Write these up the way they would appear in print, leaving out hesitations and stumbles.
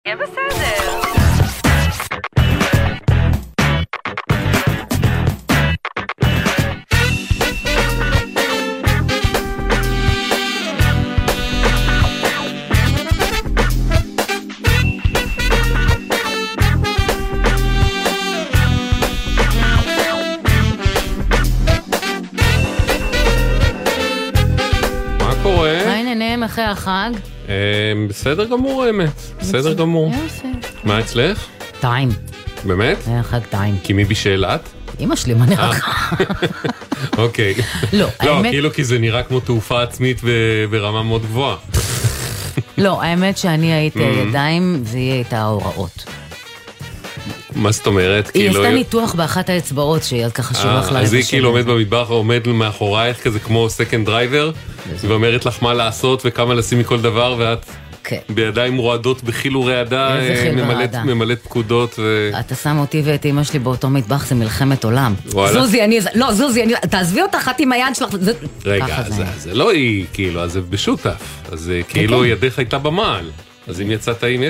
יהיה בסדר. אחרי החג? בסדר גמור, אמת. בסדר גמור. מה אצלך? טיים. באמת? היה חג טיים. כי מי בישל את? אמא שלי, מה נראה לך? אוקיי. לא, האמת... כאילו כי זה נראה כמו תעופה עצמית ברמה מאוד גבוהה. לא, האמת שאני הייתי ידיים, והיא הייתה ההוראות. מה זאת אומרת? היא עשתה ניתוח באחת האצבעות שהיא אז ככה שולח לה... אז היא כאילו עומד במטבח, עומד מאחורייך כזה כמו סקנד דרייבר, ואומרת לך מה לעשות וכמה לשים מכל דבר, ואת בידיים מועדות בחיל ורעדה, ממלאת פקודות. אתה שם אותי ואת אמא שלי באותו מטבח, זה מלחמת עולם. זוזי, תעזבי אותך, את עם היד שלך. רגע, זה לא היא, כאילו, אז זה בשותף. אז כאילו ידך הייתה במעל. אז אם יצאת טעים,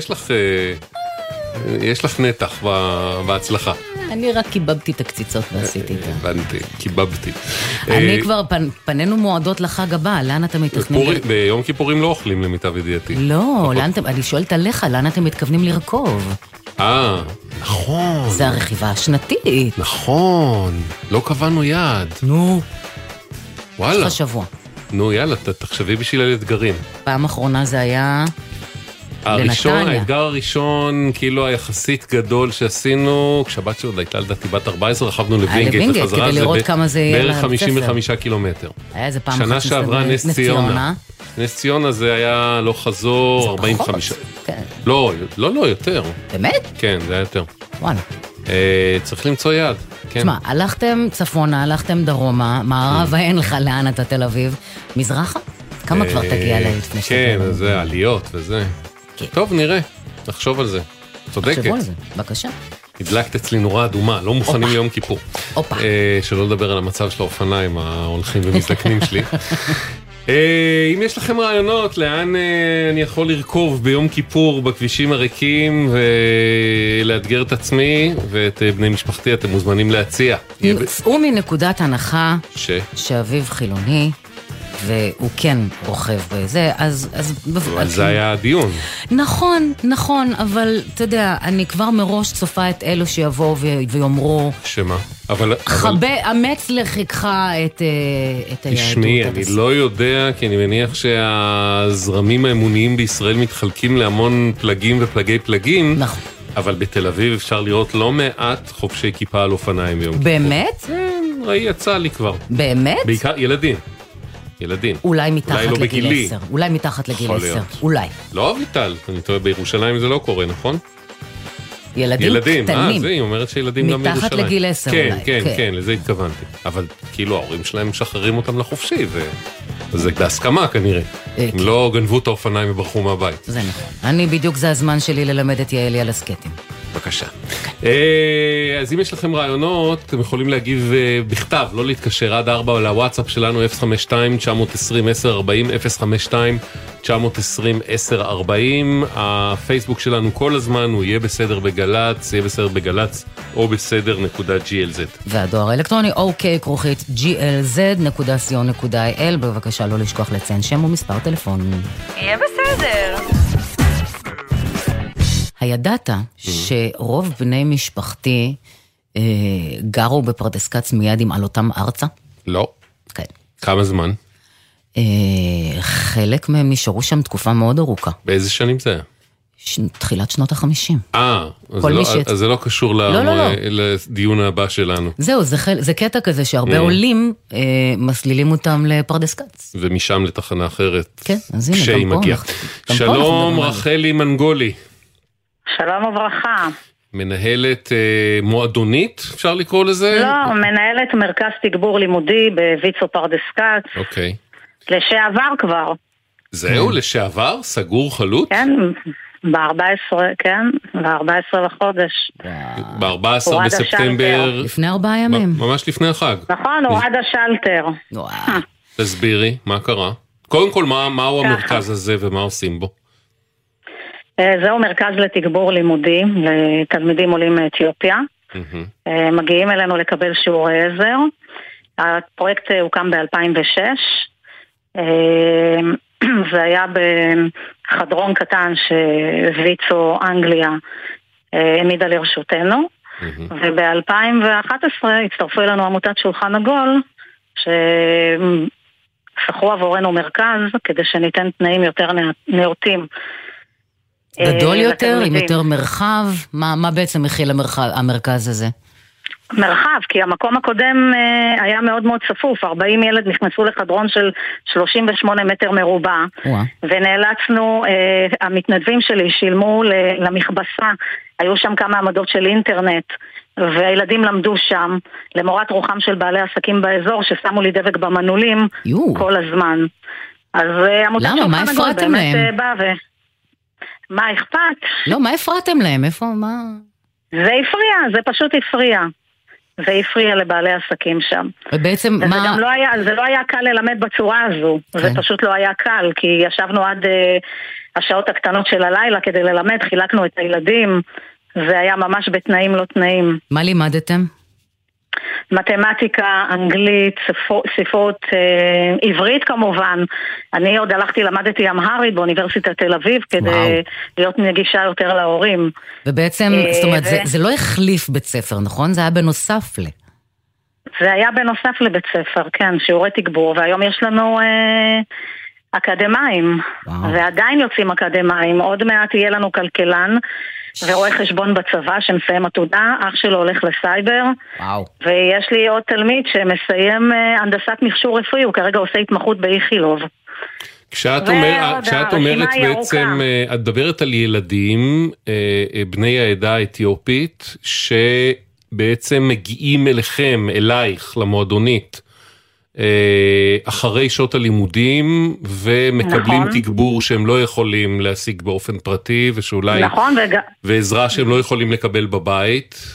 יש לך נתח בהצלחה. אני רק קיבבתי את הקציצות ועשיתי את זה. הבנתי, קיבבתי. אני כבר פנינו מועדות לחג הבא, לאן אתם מתכוונים? ביום כיפורים לא אוכלים למיטב ידיעתי. לא, אני שואלת עליך, לאן אתם מתכוונים לרכוב? נכון. זה הרכיבה השנתית. נכון, לא קבענו יד. נו. וואלה. יש לך שבוע. נו, יאללה, תחשבי בשביל האתגרים. פעם אחרונה זה היה... האתגר הראשון, כאילו היחסית גדול שעשינו, כשהבת שעוד הייתה לדעתי בת 14, רכבנו לווינגייט וחזרה, כדי לראות כמה זה יהיה בערך 55 קילומטר. היה איזה פעם שנה שעברה נס ציונה. נס ציונה זה היה לא חזור, 45. לא, יותר. באמת? כן, זה היה יותר. וואלה. צריך למצוא יד. תשמע, הלכתם צפונה, הלכתם דרומה, מערבה אין לך לאן אתה תל אביב, מזרחה? כמה כבר תגיע לפני כן, זה עליות וזה. טוב, נראה. נחשוב על זה. צודקת. נחשבו על זה, בבקשה. הדלקת אצלי נורה אדומה, לא מוכנים ליום כיפור. שלא לדבר על המצב של האופניים ההולכים ומזדקנים שלי. אם יש לכם רעיונות לאן אני יכול לרכוב ביום כיפור בכבישים הריקים ולאתגר את עצמי ואת בני משפחתי, אתם מוזמנים להציע. יצאו מנקודת הנחה שאביב חילוני, והוא כן רוכב בזה, אז... אבל זה היה הדיון. נכון, אבל אתה יודע, אני כבר מראש צופה את אלו שיבואו ויאמרו... שמה? אמץ לחיכך את היהדות. תשמעי, אני לא יודע, כי אני מניח שהזרמים האמוניים בישראל מתחלקים להמון פלגים ופלגי פלגים. נכון. אבל בתל אביב אפשר לראות לא מעט חובשי כיפה על אופניים ביום כיפור. באמת? כן, יצא לי כבר. באמת? בעיקר ילדים. אולי מתחת לא לגיל 10. אולי מתחת לגיל 10. אולי. לא אביטל, אני טועה, בירושלים זה לא קורה, נכון? ילדים קטנים. זה, היא אומרת שילדים גם בירושלים. מתחת לגיל 10 אולי. כן, לזה התכוונתי. אבל כאילו ההורים שלהם משחררים אותם לחופשי, וזה בהסכמה כנראה. הם לא גנבו את האופניים וברחו מהבית. זה נכון. בדיוק זה הזמן שלי ללמד את יעלי על הסקטים. בבקשה. אז אם יש לכם רעיונות, אתם יכולים להגיב בכתב, לא להתקשר עד 4 לוואטסאפ שלנו 052-920-1040, 052-920-1040. הפייסבוק שלנו כל הזמן הוא יהיה בסדר בגלץ, יהיה בסדר בגלץ או בסדר.glz. והדואר האלקטרוני ok@glz.co.il. בבקשה לא לשכוח לציין שם ומספר טלפון. יהיה בסדר. הידעת שרוב בני משפחתי גרו בפרדס כץ מיד עם עלותם ארצה? לא. כן. כמה זמן? חלק מהם נשארו שם תקופה מאוד ארוכה. באיזה שנים זה היה? תחילת שנות ה-50. אז זה לא קשור לדיון הבא שלנו. זהו, זה קטע כזה שהרבה עולים מסלילים אותם לפרדס כץ. ומשם לתחנה אחרת. כן, אז הנה, גם פה. שלום, רחלי מנגולי. שלום וברכה. מנהלת מועדונית, אפשר לקרוא לזה? לא, מנהלת מרכז תגבור לימודי בויצו פרדס כץ. אוקיי. לשעבר כבר. זהו, לשעבר? סגור חלוט? כן, ב-14, כן, ב-14 לחודש. ב-14 בספטמבר. לפני 4 ימים. ממש לפני החג. נכון, הורד השלטר. תסבירי, מה קרה? קודם כל, מהו המרכז הזה ומה עושים בו? זהו מרכז לתגבור לימודי לתלמידים עולים מאתיופיה. מגיעים אלינו לקבל שיעורי עזר. הפרויקט הוקם ב-2006. זה היה בחדרון קטן שוויצו אנגליה העמידה לרשותנו. וב-2011 הצטרפו אלינו עמותת שולחן עגול, ששכרו עבורנו מרכז כדי שניתן תנאים יותר נאותים. גדול יותר, עם יותר מרחב? מה בעצם מכיל המרכז הזה? מרחב, כי המקום הקודם היה מאוד מאוד צפוף, 40 ילד נכנסו לחדרון של 38 מטר מרובע, ונאלצנו, המתנדבים שלי שילמו למכבסה, היו שם כמה עמדות של אינטרנט, והילדים למדו שם, למורת רוחם של בעלי עסקים באזור, ששמו לי דבק במנעולים כל הזמן. אז עמותת שולחן עגול באמת בא מה אכפת? לא, מה הפרעתם להם? איפה, מה? זה הפריע, זה פשוט הפריע. זה הפריע לבעלי עסקים שם. ובעצם מה... זה לא היה קל ללמד בצורה הזו. כן. זה פשוט לא היה קל, כי ישבנו עד השעות הקטנות של הלילה כדי ללמד, חילקנו את הילדים, זה היה ממש בתנאים לא תנאים. מה לימדתם? מתמטיקה, אנגלית, ספרות, עברית כמובן. אני עוד למדתי אמהרית באוניברסיטת תל אביב כדי להיות נגישה יותר להורים. ובעצם, זאת אומרת, זה לא החליף בית ספר, נכון? זה היה בנוסף זה היה בנוסף לבית ספר, כן, שיעורי תגבור, והיום יש לנו אקדמיים, ועדיין יוצאים אקדמיים, עוד מעט יהיה לנו כלכלן, ורואה חשבון בצבא שמסיים עתודה, אח שלו הולך לסייבר, ויש לי עוד תלמיד שמסיים הנדסת מכשור רפואי, הוא כרגע עושה התמחות באיכילוב. כשאת אומרת בעצם, את מדברת על ילדים בני העדה האתיופית, שבעצם מגיעים אליכם, אלייך, למועדונית, אחרי שעות הלימודים ומקבלים תגבור שהם לא יכולים להשיג באופן פרטי ושאולי ועזרה שהם לא יכולים לקבל בבית.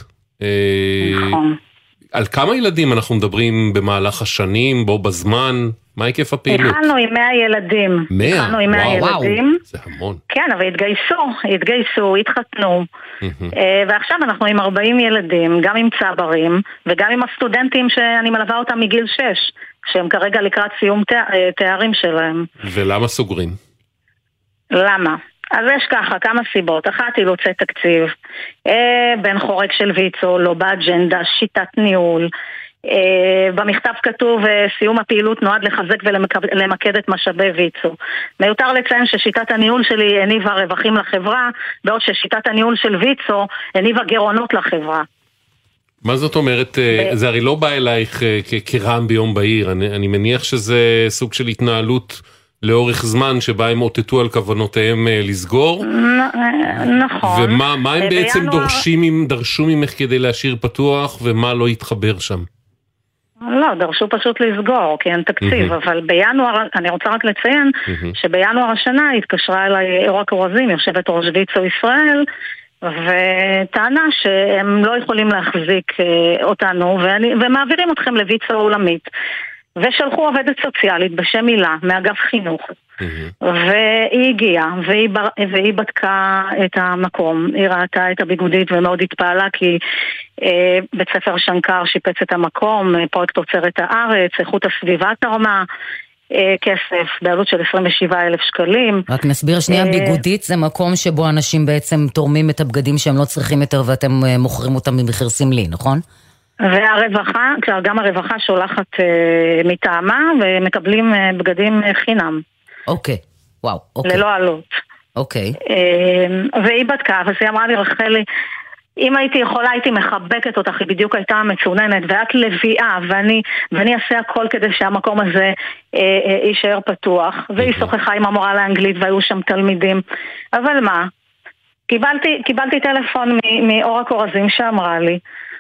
על כמה ילדים אנחנו מדברים במהלך השנים, בו בזמן? מה היקף הפעילות? התחלנו עם 100 ילדים. 100? וואו, זה המון. כן, אבל התגייסו, התחתנו. ועכשיו אנחנו עם 40 ילדים, גם עם צברים, וגם עם הסטודנטים שאני מלווה אותם מגיל 6, שהם כרגע לקראת סיום תארים שלהם. ולמה סוגרים? למה? אז יש ככה, כמה סיבות. אחת, אילוצי תקציב. בן חורק של ויצו, לא באג'נדה, שיטת ניהול. במכתב כתוב סיום הפעילות נועד לחזק ולמקד את משאבי ויצו. מיותר לציין ששיטת הניהול שלי הניבה רווחים לחברה, בעוד ששיטת הניהול של ויצו הניבה גירעונות לחברה. מה זאת אומרת? זה הרי לא בא אלייך כרעם ביום בהיר. אני מניח שזה סוג של התנהלות לאורך זמן שבה הם אותתו על כוונותיהם לסגור. נכון. ומה הם בעצם דרשו ממך כדי להשאיר פתוח ומה לא יתחבר שם? לא, דרשו פשוט לסגור, כי אין תקציב, אבל בינואר, אני רוצה רק לציין, שבינואר השנה התקשרה אליי אורה קורזים, יושבת ראש ויצו ישראל, וטענה שהם לא יכולים להחזיק אותנו, ומעבירים אתכם לויצו עולמית. ושלחו עובדת סוציאלית בשם מילה, מאגף חינוך. והיא הגיעה, והיא בדקה את המקום, היא ראתה את הביגודית ומאוד התפעלה, כי בית ספר שנקר שיפץ את המקום, פרויקט תוצרת הארץ, איכות הסביבה תרמה, כסף בעלות של 27,000 שקלים. רק נסביר שנייה, ביגודית זה מקום שבו אנשים בעצם תורמים את הבגדים שהם לא צריכים יותר, ואתם מוכרים אותם במחיר סמלי, נכון? והרווחה, גם הרווחה שולחת מטעמה, ומקבלים בגדים חינם. אוקיי, וואו, אוקיי. ללא עלות. אוקיי. והיא בדקה, אז היא אמרה לי, רחלי, אם הייתי יכולה, הייתי מחבקת אותך, היא בדיוק הייתה מצוננת, ואת לביאה, ואני אעשה הכל כדי שהמקום הזה יישאר פתוח. והיא שוחחה עם המורה לאנגלית, והיו שם תלמידים. אבל מה? קיבלתי טלפון מאורה קורזים שאמרה לי,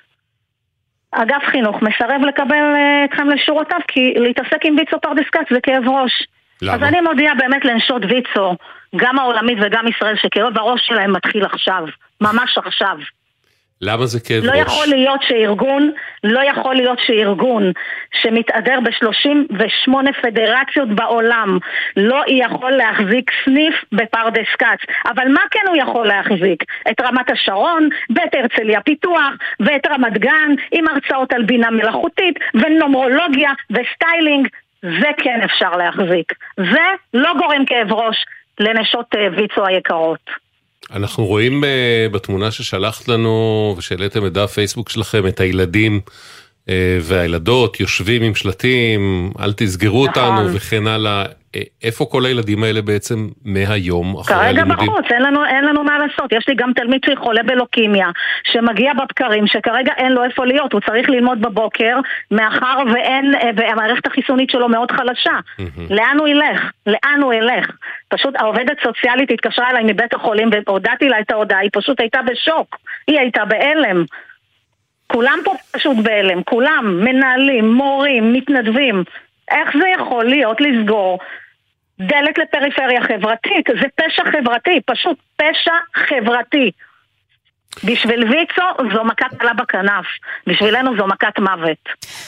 אגף חינוך מסרב לקבל אתכם לשורותיו, כי להתעסק עם ויצו פרדס-כץ זה כאב ראש. למה? אז אני מודיעה באמת לנשות ויצו, גם העולמית וגם ישראל, שכאב הראש שלהם מתחיל עכשיו, ממש עכשיו. למה זה כאב ראש? לא יכול להיות שארגון שמתעדר ב-38 פדרציות בעולם לא יכול להחזיק סניף בפרדס כץ. אבל מה כן הוא יכול להחזיק? את רמת השרון, ואת הרצליה פיתוח, ואת רמת גן, עם הרצאות על בינה מלאכותית, ונומרולוגיה, וסטיילינג. זה כן אפשר להחזיק. זה לא גורם כאב ראש לנשות ויצו היקרות. אנחנו רואים בתמונה ששלחת לנו ושהעליתם את דף פייסבוק שלכם את הילדים והילדות יושבים עם שלטים, אל תסגרו אותנו וכן הלאה. איפה כל הילדים האלה בעצם מהיום אחרי הלימודים? כרגע בחוץ, אין לנו מה לעשות. יש לי גם תלמיד שחולה בלוקימיה, שמגיע בבקרים, שכרגע אין לו איפה להיות, הוא צריך ללמוד בבוקר, מאחר והמערכת החיסונית שלו מאוד חלשה. לאן הוא ילך? פשוט העובדת סוציאלית התקשרה אליי מבית החולים, והודעתי לה את ההודעה, היא פשוט הייתה בשוק, היא הייתה בהלם. כולם פה פשוט בהלם, כולם, מנהלים, מורים, מתנדבים. איך זה יכול להיות לסגור דלת לפריפריה חברתית? זה פשע חברתי, פשוט פשע חברתי. בשביל ויצו זו מכת עלה בכנף, בשבילנו זו מכת מוות.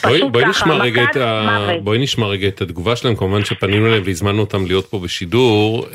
בואי נשמע רגע את התגובה שלהם, כמובן שפנינו להם והזמנו אותם להיות פה בשידור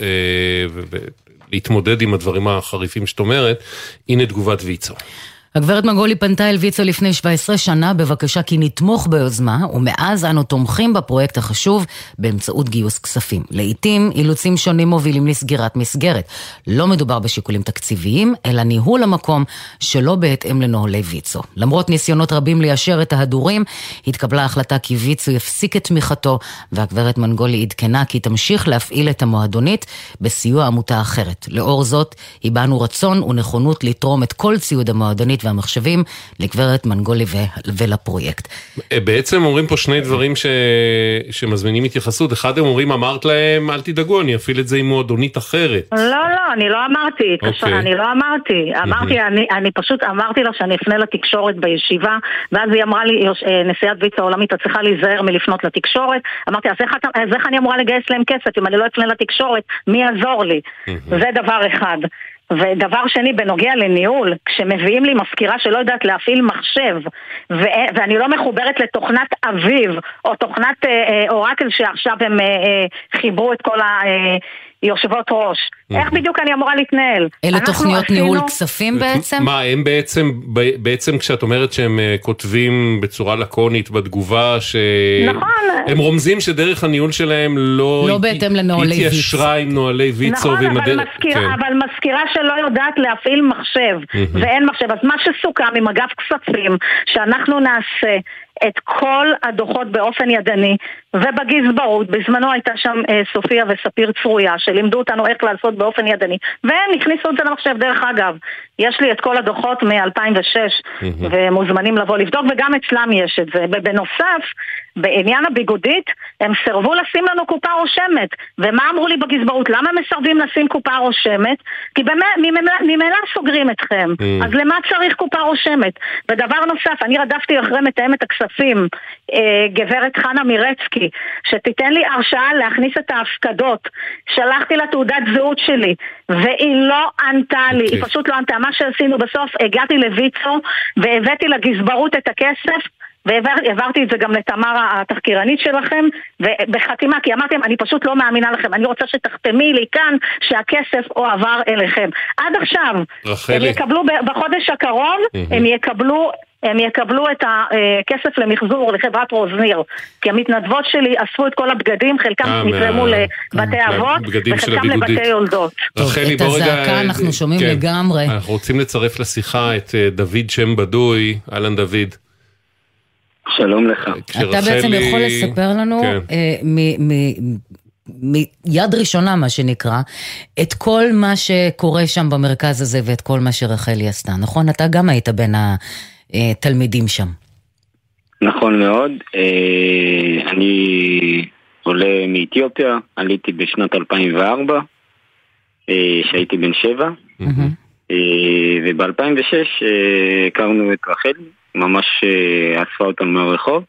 ולהתמודד עם הדברים החריפים שאת אומרת. הנה תגובת ויצו. הגברת מנגולי פנתה אל ויצו לפני 17 שנה בבקשה כי נתמוך ביוזמה, ומאז אנו תומכים בפרויקט החשוב באמצעות גיוס כספים. לעתים אילוצים שונים מובילים לסגירת מסגרת. לא מדובר בשיקולים תקציביים, אלא ניהול המקום שלא בהתאם לנוהלי ויצו. למרות ניסיונות רבים ליישר את ההדורים, התקבלה החלטה כי ויצו יפסיק את תמיכתו, והגברת מנגולי עדכנה כי תמשיך להפעיל את המועדונית בסיוע עמותה אחרת. לאור זאת, הבענו רצון ונכונות לתרום את כל ציוד המועדונית והמחשבים לגברת מנגולי ולפרויקט. בעצם אומרים פה שני דברים שמזמינים התייחסות. אחד הם אומרים, אמרת להם, אל תדאגו, אני אפעיל את זה עם מועדונית אחרת. לא, אני לא אמרתי. אני לא אמרתי. אני פשוט אמרתי לה שאני אפנה לתקשורת בישיבה, ואז היא אמרה לי, נשיאת ויצו העולמית, את צריכה להיזהר מלפנות לתקשורת. אמרתי, אז איך אני אמורה לגייס להם כסף? אם אני לא אפנה לתקשורת, מי יעזור לי? זה דבר אחד. ודבר שני, בנוגע לניהול, כשמביאים לי מזכירה שלא יודעת להפעיל מחשב, ואני לא מחוברת לתוכנת אביב, או תוכנת אורקל שעכשיו הם חיברו את כל יושבות ראש. איך בדיוק אני אמורה להתנהל? אלה תוכניות ניהול כספים בעצם? מה, הם בעצם כשאת אומרת שהם כותבים בצורה לקונית בתגובה, הם רומזים שדרך הניהול שלהם לא בהתאם לנוהלי ויצו. התיישרה עם נוהלי ויצו. נכון, אבל מזכירה שלא יודעת להפעיל מחשב, ואין מחשב. אז מה שסוכם עם אגף כספים, שאנחנו נעשה את כל הדוחות באופן ידני, ובגזברות, בזמנו הייתה שם סופיה וספיר צרויה, שלימדו אותנו איך לעשות באופן ידני, והם הכניסו את זה למחשב. דרך אגב, יש לי את כל הדוחות מ-2006, ומוזמנים לבוא לבדוק, וגם אצלם יש את זה. ובנוסף, בעניין הביגודית, הם סרבו לשים לנו קופה רושמת. ומה אמרו לי בגזברות? למה מסרבים לשים קופה רושמת? כי ממילא סוגרים אתכם. אז למה צריך קופה רושמת? ודבר נוסף, אני רדפתי אחרי מתאמת הכספים, גברת חנה מירצקי, שתיתן לי הרשאה להכניס את ההפקדות. שלחתי לה תעודת זהות שלי, והיא לא ענתה לי. היא פשוט לא ענתה. מה שעשינו בסוף, הגעתי לויצו, והבאתי לגזברות את הכסף, והעברתי את זה גם לתמר התחקירנית שלכם, ובחתימה, כי אמרתם, אני פשוט לא מאמינה לכם, אני רוצה שתחתמי לי כאן שהכסף עבר אליכם. עד עכשיו, הם יקבלו בחודש הקרוב, הם יקבלו את הכסף למחזור לחברת רוזניר, כי המתנדבות שלי אספו את כל הבגדים, חלקם נתרמו לבתי אבות, וחלקם לבתי יולדות. את הזעקה אנחנו שומעים לגמרי. אנחנו רוצים לצרף לשיחה את דוד שם בדוי. אהלן דוד. שלום לך. אתה בעצם יכול לספר לנו מיד ראשונה, מה שנקרא, את כל מה שקורה שם במרכז הזה ואת כל מה שרחלי עשתה, נכון? אתה גם היית בין התלמידים שם. נכון מאוד. אני עולה מאתיופיה, עליתי בשנת 2004, שהייתי בן 7, וב-2006 הכרנו את רחלי, ממש אספה אותנו מהרחוב.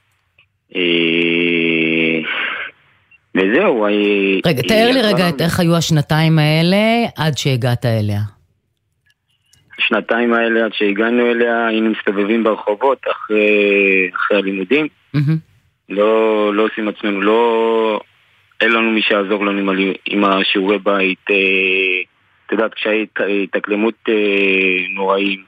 וזהו. רגע, תאר לי רגע איך היו השנתיים האלה עד שהגעת אליה. שנתיים האלה עד שהגענו אליה, היינו מסתובבים ברחובות אחרי הלימודים. לא עושים עצמנו, אין לנו מי שיעזור לנו עם השיעורי בית, אתה יודעת, כשהיית התאקלמות נוראים,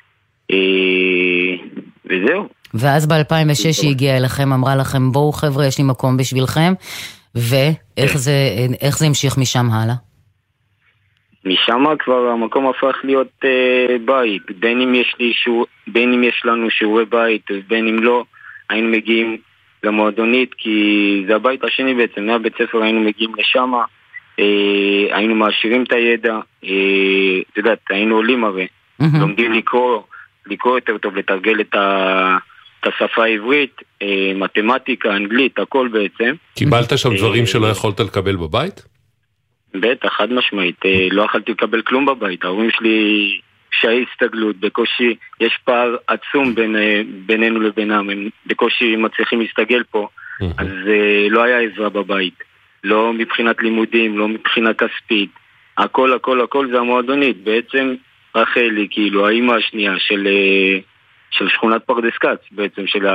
וזהו. ואז ב-2006 היא הגיעה אליכם, אמרה לכם, בואו חבר'ה, יש לי מקום בשבילכם, ואיך זה המשיך משם הלאה? משם כבר המקום הפך להיות בית, בין אם יש לנו שיעורי בית, בין אם לא, היינו מגיעים למועדונית, כי זה הבית השני בעצם, מהבית ספר היינו מגיעים לשם, היינו מעשירים את הידע, אתה יודעת, היינו עולים הרי, לומדים לקרוא יותר טוב, לתרגל את השפה העברית, מתמטיקה, אנגלית, הכל בעצם. קיבלת שם דברים שלא יכולת לקבל בבית? בטח, חד משמעית, לא יכולתי לקבל כלום בבית, ההורים שלי קשיי הסתגלות, בקושי, יש פער עצום בינינו לבינם, הם בקושי מצליחים להסתגל פה, אז לא היה עזרה בבית, לא מבחינת לימודים, לא מבחינה כספית, הכל זה המועדונית, בעצם רחלי, כאילו, האמא השנייה של שכונת פרדס כץ, בעצם של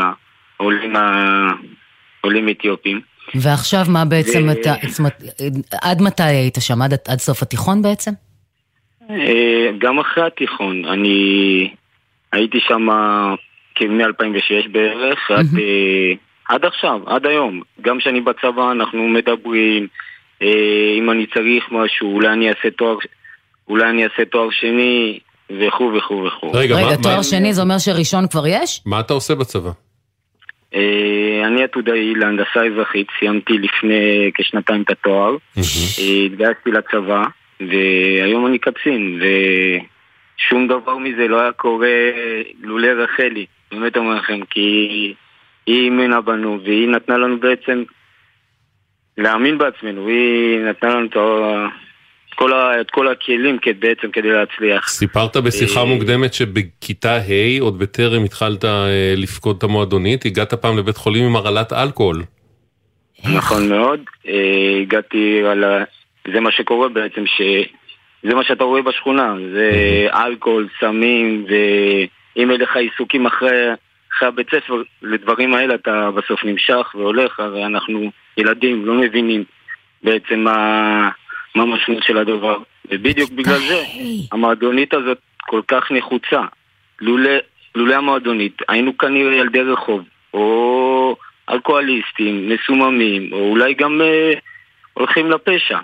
העולים אתיופים. ועכשיו מה בעצם עד מתי היית שם? עד סוף התיכון בעצם? גם אחרי התיכון. אני הייתי שם מ-2006 בערך, עד עכשיו, עד היום. גם שאני בצבא אנחנו מדברים, אם אני צריך משהו, אולי אני אעשה תואר שני, וכו'. רגע, תואר שני זה אומר שראשון כבר יש? מה אתה עושה בצבא? אני עתודאי להנדסה אזרחית, סיימתי לפני כשנתיים את התואר, התגייסתי לצבא, והיום אני קצין, ושום דבר מזה לא היה קורה לולא רחלי, באמת אומר לכם, כי היא אימנה בנו, והיא נתנה לנו בעצם להאמין בעצמנו, היא נתנה לנו את כל הכלים בעצם כדי להצליח. סיפרת בשיחה מוקדמת שבכיתה ה' עוד בטרם התחלת לפקוד את המועדונית, הגעת פעם לבית חולים עם הרעלת אלכוהול. נכון מאוד, הגעתי זה מה שקורה בעצם, זה מה שאתה רואה בשכונה, זה אלכוהול, סמים, ואם אין לך עיסוקים אחרי הבית ספר, לדברים האלה אתה בסוף נמשך והולך, הרי אנחנו ילדים, לא מבינים בעצם מה המשמעות של הדבר, ובדיוק בגלל זה המועדונית הזאת כל כך נחוצה. לולא המועדונית היינו כנראה ילדי רחוב, או אלכוהוליסטים, מסוממים, או אולי גם הולכים לפשע.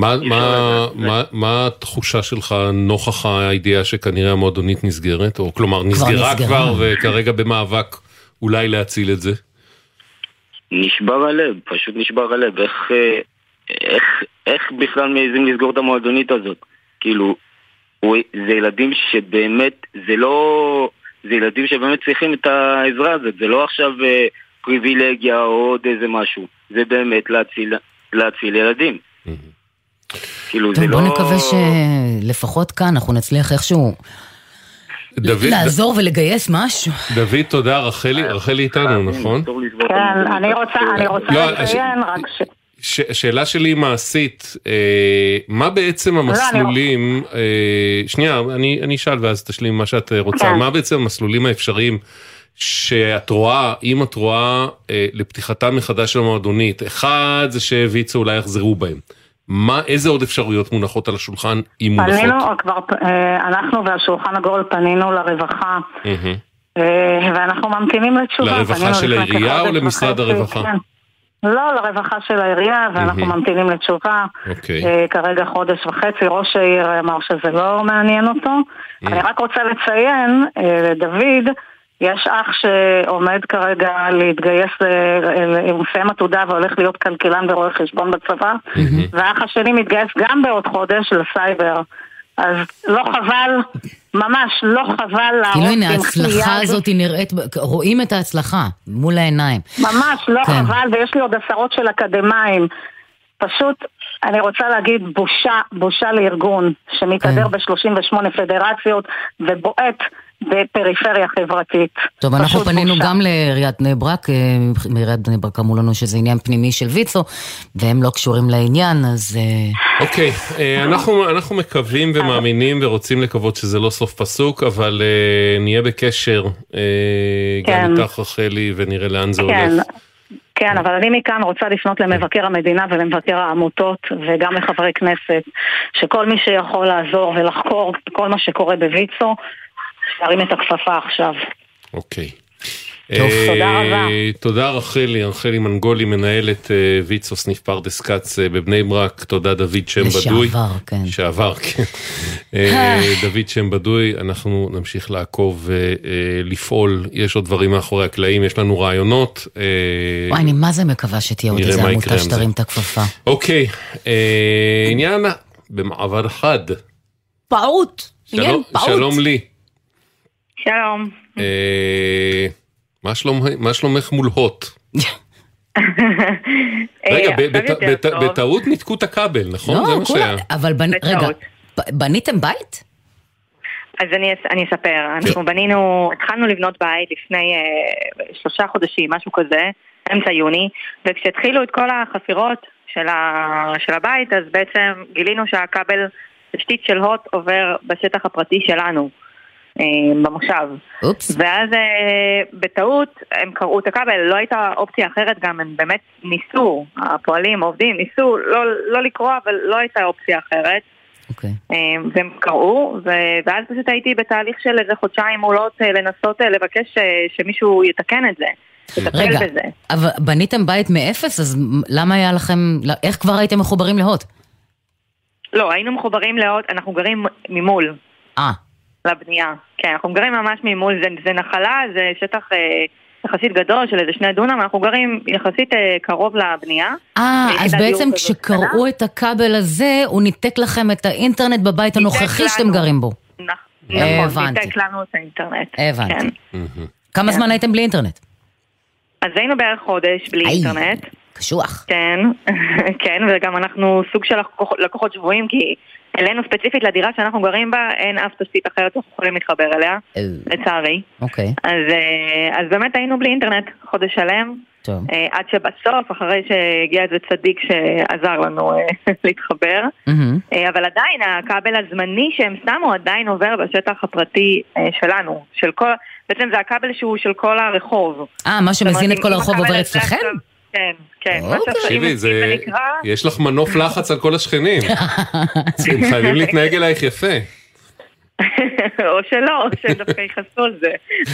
מה התחושה שלך נוכח הידיעה שכנראה המועדונית נסגרת, או כלומר נסגרה כבר וכרגע במאבק אולי להציל את זה? נשבר הלב, פשוט נשבר הלב. איך בכלל מעזים לסגור את המועדונית הזאת? כאילו, זה ילדים שבאמת, זה ילדים שבאמת צריכים את העזרה הזאת, זה לא עכשיו פריבילגיה או עוד איזה משהו, זה באמת להציל ילדים. כאילו, זה לא... בוא נקווה שלפחות כאן אנחנו נצליח איכשהו לעזור ולגייס משהו. דוד, תודה. רחלי איתנו, נכון? כן, אני רוצה לציין רק שאלה שלי מעשית, מה בעצם המסלולים, שנייה, אני אשאל ואז תשלים מה שאת רוצה, מה בעצם המסלולים האפשריים שאת רואה, אם את רואה לפתיחתה מחדש של המועדונית? אחד זה שוויצו אולי יחזרו בהם. איזה עוד אפשרויות מונחות על השולחן אם מונחות? אנחנו והשולחן עגול פנינו לרווחה, ואנחנו ממתינים לתשובה. לרווחה של העירייה או למשרד הרווחה? לא, לרווחה של העירייה, ואנחנו ממתינים לתשובה. כרגע חודש וחצי, ראש העיר אמר שזה לא מעניין אותו. אני רק רוצה לציין, לדוד, יש אח שעומד כרגע להתגייס, הוא מסיים עתודה והולך להיות כלכלן ורואה חשבון בצבא, והאח השני מתגייס גם בעוד חודש לסייבר. אז לא חבל, ממש לא חבל כאילו הנה, ההצלחה הזאת היא נראית, רואים את ההצלחה מול העיניים. ממש לא חבל, ויש לי עוד עשרות של אקדמיים. פשוט אני רוצה להגיד בושה לארגון שמתהדר ב-38 פדרציות ובועט בפריפריה חברתית. טוב, אנחנו פנינו גם לעיריית בני ברק, מעיריית בני ברק אמרו לנו שזה עניין פנימי של ויצו, והם לא קשורים לעניין, אז... אוקיי, אנחנו מקווים ומאמינים ורוצים לקוות שזה לא סוף פסוק, אבל נהיה בקשר גם איתך רחלי ונראה לאן זה הולך. כן, אבל אני מכאן רוצה לפנות למבקר המדינה ולמבקר העמותות וגם לחברי כנסת, שכל מי שיכול לעזור ולחקור כל מה שקורה בויצו, להרים את הכפפה עכשיו. אוקיי. תודה רבה. תודה רחלי מנגולי, מנהלת ויצו סניף פרדס כץ בבני ברק. תודה דוד שם בדוי. שעבר, כן. דוד שם בדוי, אנחנו נמשיך לעקוב ולפעול. יש עוד דברים מאחורי הקלעים, יש לנו רעיונות. וואי, אני מה זה מקווה שתהיה עוד איזה עמותה שתרים את הכפפה. אוקיי, עניין במעבר חד. פעוט. שלום לי. שלום. מה שלומך מול הוט? רגע, בטעות ניתקו את הכבל, נכון? זה מה שהיה. אבל רגע, בניתם בית? אז אני אספר. אנחנו התחלנו לבנות בית לפני 3 חודשים, משהו כזה, אמצע יוני, וכשהתחילו את כל החפירות של הבית, אז בעצם גילינו שהכבל תשתית של הוט עובר בשטח הפרטי שלנו. במושב. ואז בטעות הם קראו את הכבל, לא הייתה אופציה אחרת, גם הם באמת ניסו, הפועלים, העובדים, ניסו לא לקרוא, אבל לא הייתה אופציה אחרת. והם קראו, ואז פשוט הייתי בתהליך של איזה חודשיים מולות לנסות לבקש שמישהו יתקן את זה. רגע, אבל בניתם בית מאפס, אז למה היה לכם, איך כבר הייתם מחוברים להוט? לא, היינו מחוברים להוט, אנחנו גרים ממול. לבנייה. כן, אנחנו גרים ממש ממול, זה נחלה, זה שטח יחסית גדול של איזה 2 דונם, אנחנו גרים יחסית קרוב לבנייה. אז בעצם כשקראו את הכבל הזה, הוא ניתק לכם את האינטרנט בבית הנוכחי שאתם גרים בו. נכון, ניתק לנו את האינטרנט. הבנתי. כמה זמן הייתם בלי אינטרנט? אז היינו בערך חודש בלי אינטרנט. קשוח. כן, וגם אנחנו סוג של לקוחות שבועים, כי אלינו ספציפית לדירה שאנחנו גרים בה, אין אף תשתית אחרת שאנחנו יכולים להתחבר אליה, לצערי. אוקיי. אז באמת היינו בלי אינטרנט חודש שלם, עד שבסוף, אחרי שהגיע איזה צדיק שעזר לנו להתחבר, אבל עדיין הכבל הזמני שהם שמו עדיין עובר בשטח הפרטי שלנו, בעצם זה הכבל שהוא של כל הרחוב. מה שמזין את כל הרחוב עובר אצלכם? כן. תקשיבי, יש לך מנוף לחץ על כל השכנים. הם חייבים להתנהג אלייך יפה. או שלא, שדווקא יחסו על זה.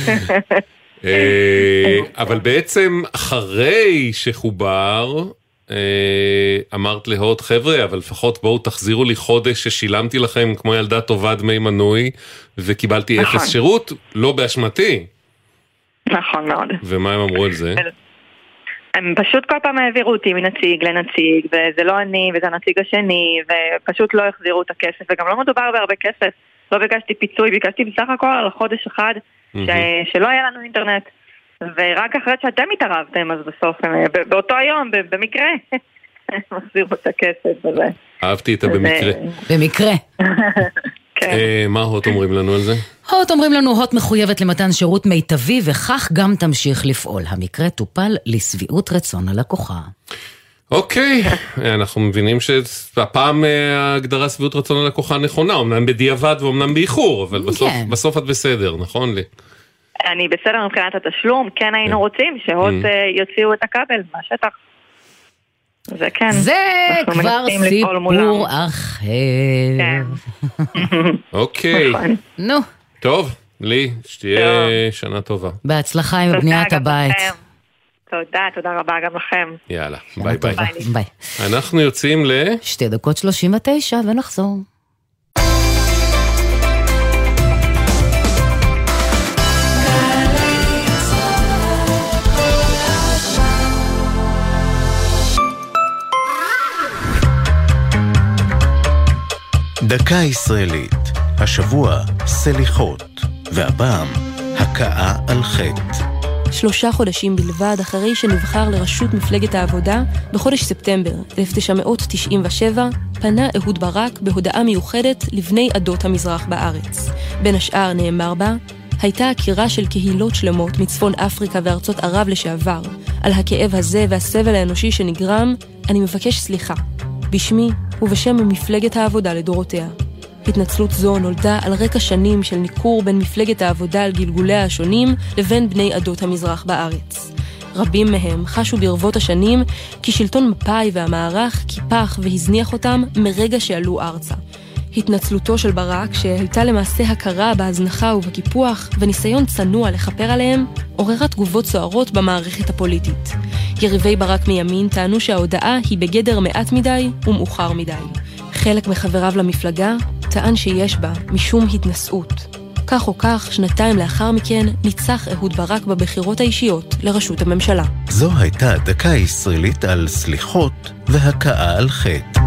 אבל בעצם אחרי שחובר, אמרת להוט, חבר'ה, אבל לפחות בואו תחזירו לי חודש ששילמתי לכם כמו ילדה טובה דמי מנוי, וקיבלתי 0 שירות, לא באשמתי. נכון מאוד. ומה הם אמרו על זה? הם פשוט כל פעם העבירו אותי מנציג לנציג, וזה לא אני וזה הנציג השני, ופשוט לא החזירו את הכסף, וגם לא מדובר בהרבה כסף. לא ביקשתי פיצוי, ביקשתי בסך הכל על חודש אחד שלא היה לנו אינטרנט, ורק אחרי שאתם התערבתם, אז בסוף, באותו היום, במקרה, מחזירו את הכסף הזה. אהבתי את במקרה. במקרה. מה הוט אומרים לנו על זה? הוט אומרים לנו, הוט מחויבת למתן שירות מיטבי, וכך גם תמשיך לפעול. המקרה טופל לשביעות רצון הלקוחה. אוקיי, אנחנו מבינים שהפעם ההגדרה שביעות רצון הלקוחה נכונה, אמנם בדיעבד ואומנם באיחור, אבל בסוף את בסדר, נכון לי? אני בסדר מבחינת התשלום, כן היינו רוצים שהוט יוציאו את הכבל מהשטח. זה כן. זה כבר סיפור אחר. אוקיי. נו. טוב, לי, שתהיה שנה טובה. בהצלחה עם בניית הבית. תודה רבה גם לכם. יאללה, ביי ביי. ביי. אנחנו יוצאים 2:39 ונחזור. דקה ישראלית, השבוע סליחות, והפעם הכאה על חטא. 3 חודשים בלבד אחרי שנבחר לראשות מפלגת העבודה, בחודש ספטמבר 1997, פנה אהוד ברק בהודעה מיוחדת לבני עדות המזרח בארץ. בין השאר נאמר בה, הייתה הכירה של קהילות שלמות מצפון אפריקה וארצות ערב לשעבר. על הכאב הזה והסבל האנושי שנגרם, אני מבקש סליחה. בשמי ובשם מפלגת העבודה לדורותיה. התנצלות זו נולדה על רקע שנים של ניכור בין מפלגת העבודה על גלגוליה השונים לבין בני עדות המזרח בארץ. רבים מהם חשו ברבות השנים כי שלטון מפא"י והמערך קיפח והזניח אותם מרגע שעלו ארצה. התנצלותו של ברק, שהייתה למעשה הכרה בהזנחה ובקיפוח וניסיון צנוע לחפר עליהם, עוררה תגובות סוערות במערכת הפוליטית. יריבי ברק מימין טענו שההודעה היא בגדר מעט מדי ומאוחר מדי. חלק מחבריו למפלגה טען שיש בה משום התנשאות. כך או כך, 2 לאחר מכן ניצח אהוד ברק בבחירות האישיות לראשות הממשלה. זו הייתה דקה ישראלית על סליחות והכאה על חטא.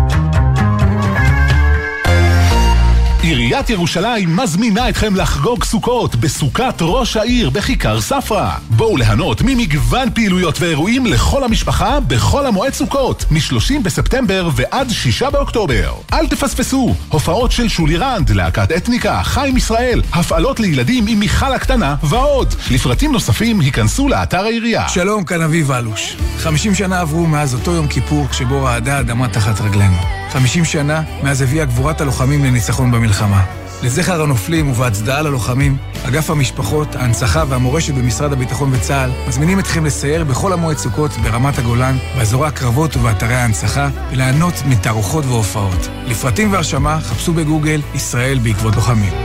עיריית ירושלים מזמינה אתכם לחגוג סוכות בסוכת ראש העיר בכיכר ספרא. בואו ליהנות ממגוון פעילויות ואירועים לכל המשפחה בכל המועד סוכות, מ-30 בספטמבר ועד 6 באוקטובר. אל תפספסו, הופעות של שולי רנד, להקת אתניקה, חיים ישראל, הפעלות לילדים עם מיכל הקטנה ועוד. לפרטים נוספים היכנסו לאתר העירייה. שלום, כאן אביב אלוש. 50 שנה עברו מאז אותו יום כיפור שבו רעדה האדמה תחת רגלינו. 50 שנה מאז הביאה גבורת הלוחמים לניצחון במלחמה. לזכר הנופלים ובהצדעה ללוחמים, אגף המשפחות, ההנצחה והמורשת במשרד הביטחון וצה"ל מזמינים אתכם לסייר בכל המועד סוכות ברמת הגולן, באזורי הקרבות ובאתרי ההנצחה, וליהנות מתערוכות והופעות. לפרטים והרשמה חפשו בגוגל ישראל בעקבות לוחמים.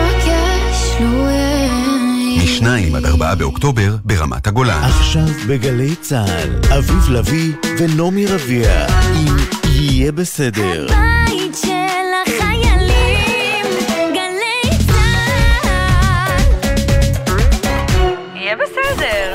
מ-2 עד 4 באוקטובר ברמת הגולן. עכשיו בגלי צה"ל, אביב לוי ונומי רביע עם יהיה בסדר. הבית של החיילים, גלי צה"ל. יהיה בסדר.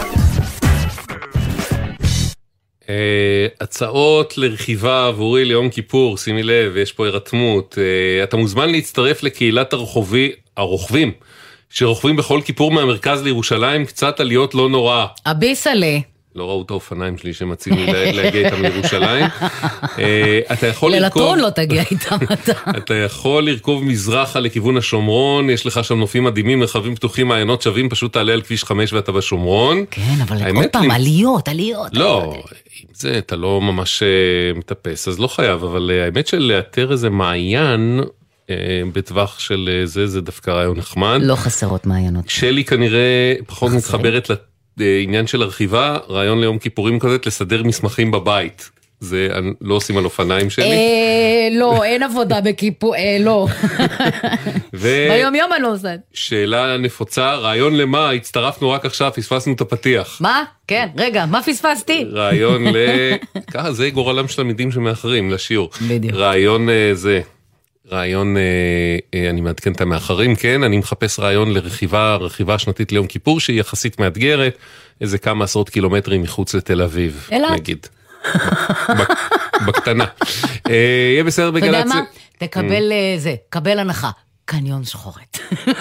הצעות לרכיבה עבורי ליום כיפור, שימי לב, יש פה הרתמות. אתה מוזמן להצטרף לקהילת הרוכבים שרוכבים בכל כיפור מהמרכז לירושלים, קצת עליות לא נורא. אביסלה. לא ראו את האופניים שלי שמציעים לי להגיע איתם לירושלים. אתה יכול לרכוב... ללטרון לא תגיע איתם אתה. אתה יכול לרכוב מזרחה לכיוון השומרון, יש לך שם נופים מדהימים, מרחבים פתוחים, מעיינות שווים, פשוט תעלה על כביש 5 ואתה בשומרון. כן, אבל עוד פעם, עליות. לא, אם זה אתה לא ממש מטפס, אז לא חייב, אבל האמת של לאתר איזה מעיין... בטווח של זה דווקא רעיון נחמד. לא חסרות מעיינות. שלי כנראה פחות מתחברת לעניין של הרכיבה, רעיון ליום כיפורים כזה, לסדר מסמכים בבית. זה לא עושים על אופניים שלי? לא, אין עבודה בכיפור, לא. ביום יום אני לא עושה. שאלה נפוצה, רעיון למה? הצטרפנו רק עכשיו, פספסנו את הפתיח. מה? כן, רגע, מה פספסתי? רעיון ככה, זה גורלם של תלמידים שמאחרים לשיעור. בדיוק. רעיון זה... רעיון, אני מעדכן את המאחרים, כן, אני מחפש רעיון רכיבה שנתית ליום כיפור, שהיא יחסית מאתגרת, איזה כמה עשרות קילומטרים מחוץ לתל אביב, נגיד. בקטנה. יהיה בסדר בגל"צ. אתה יודע מה? תקבל זה, קבל הנחה, קניון שחורת.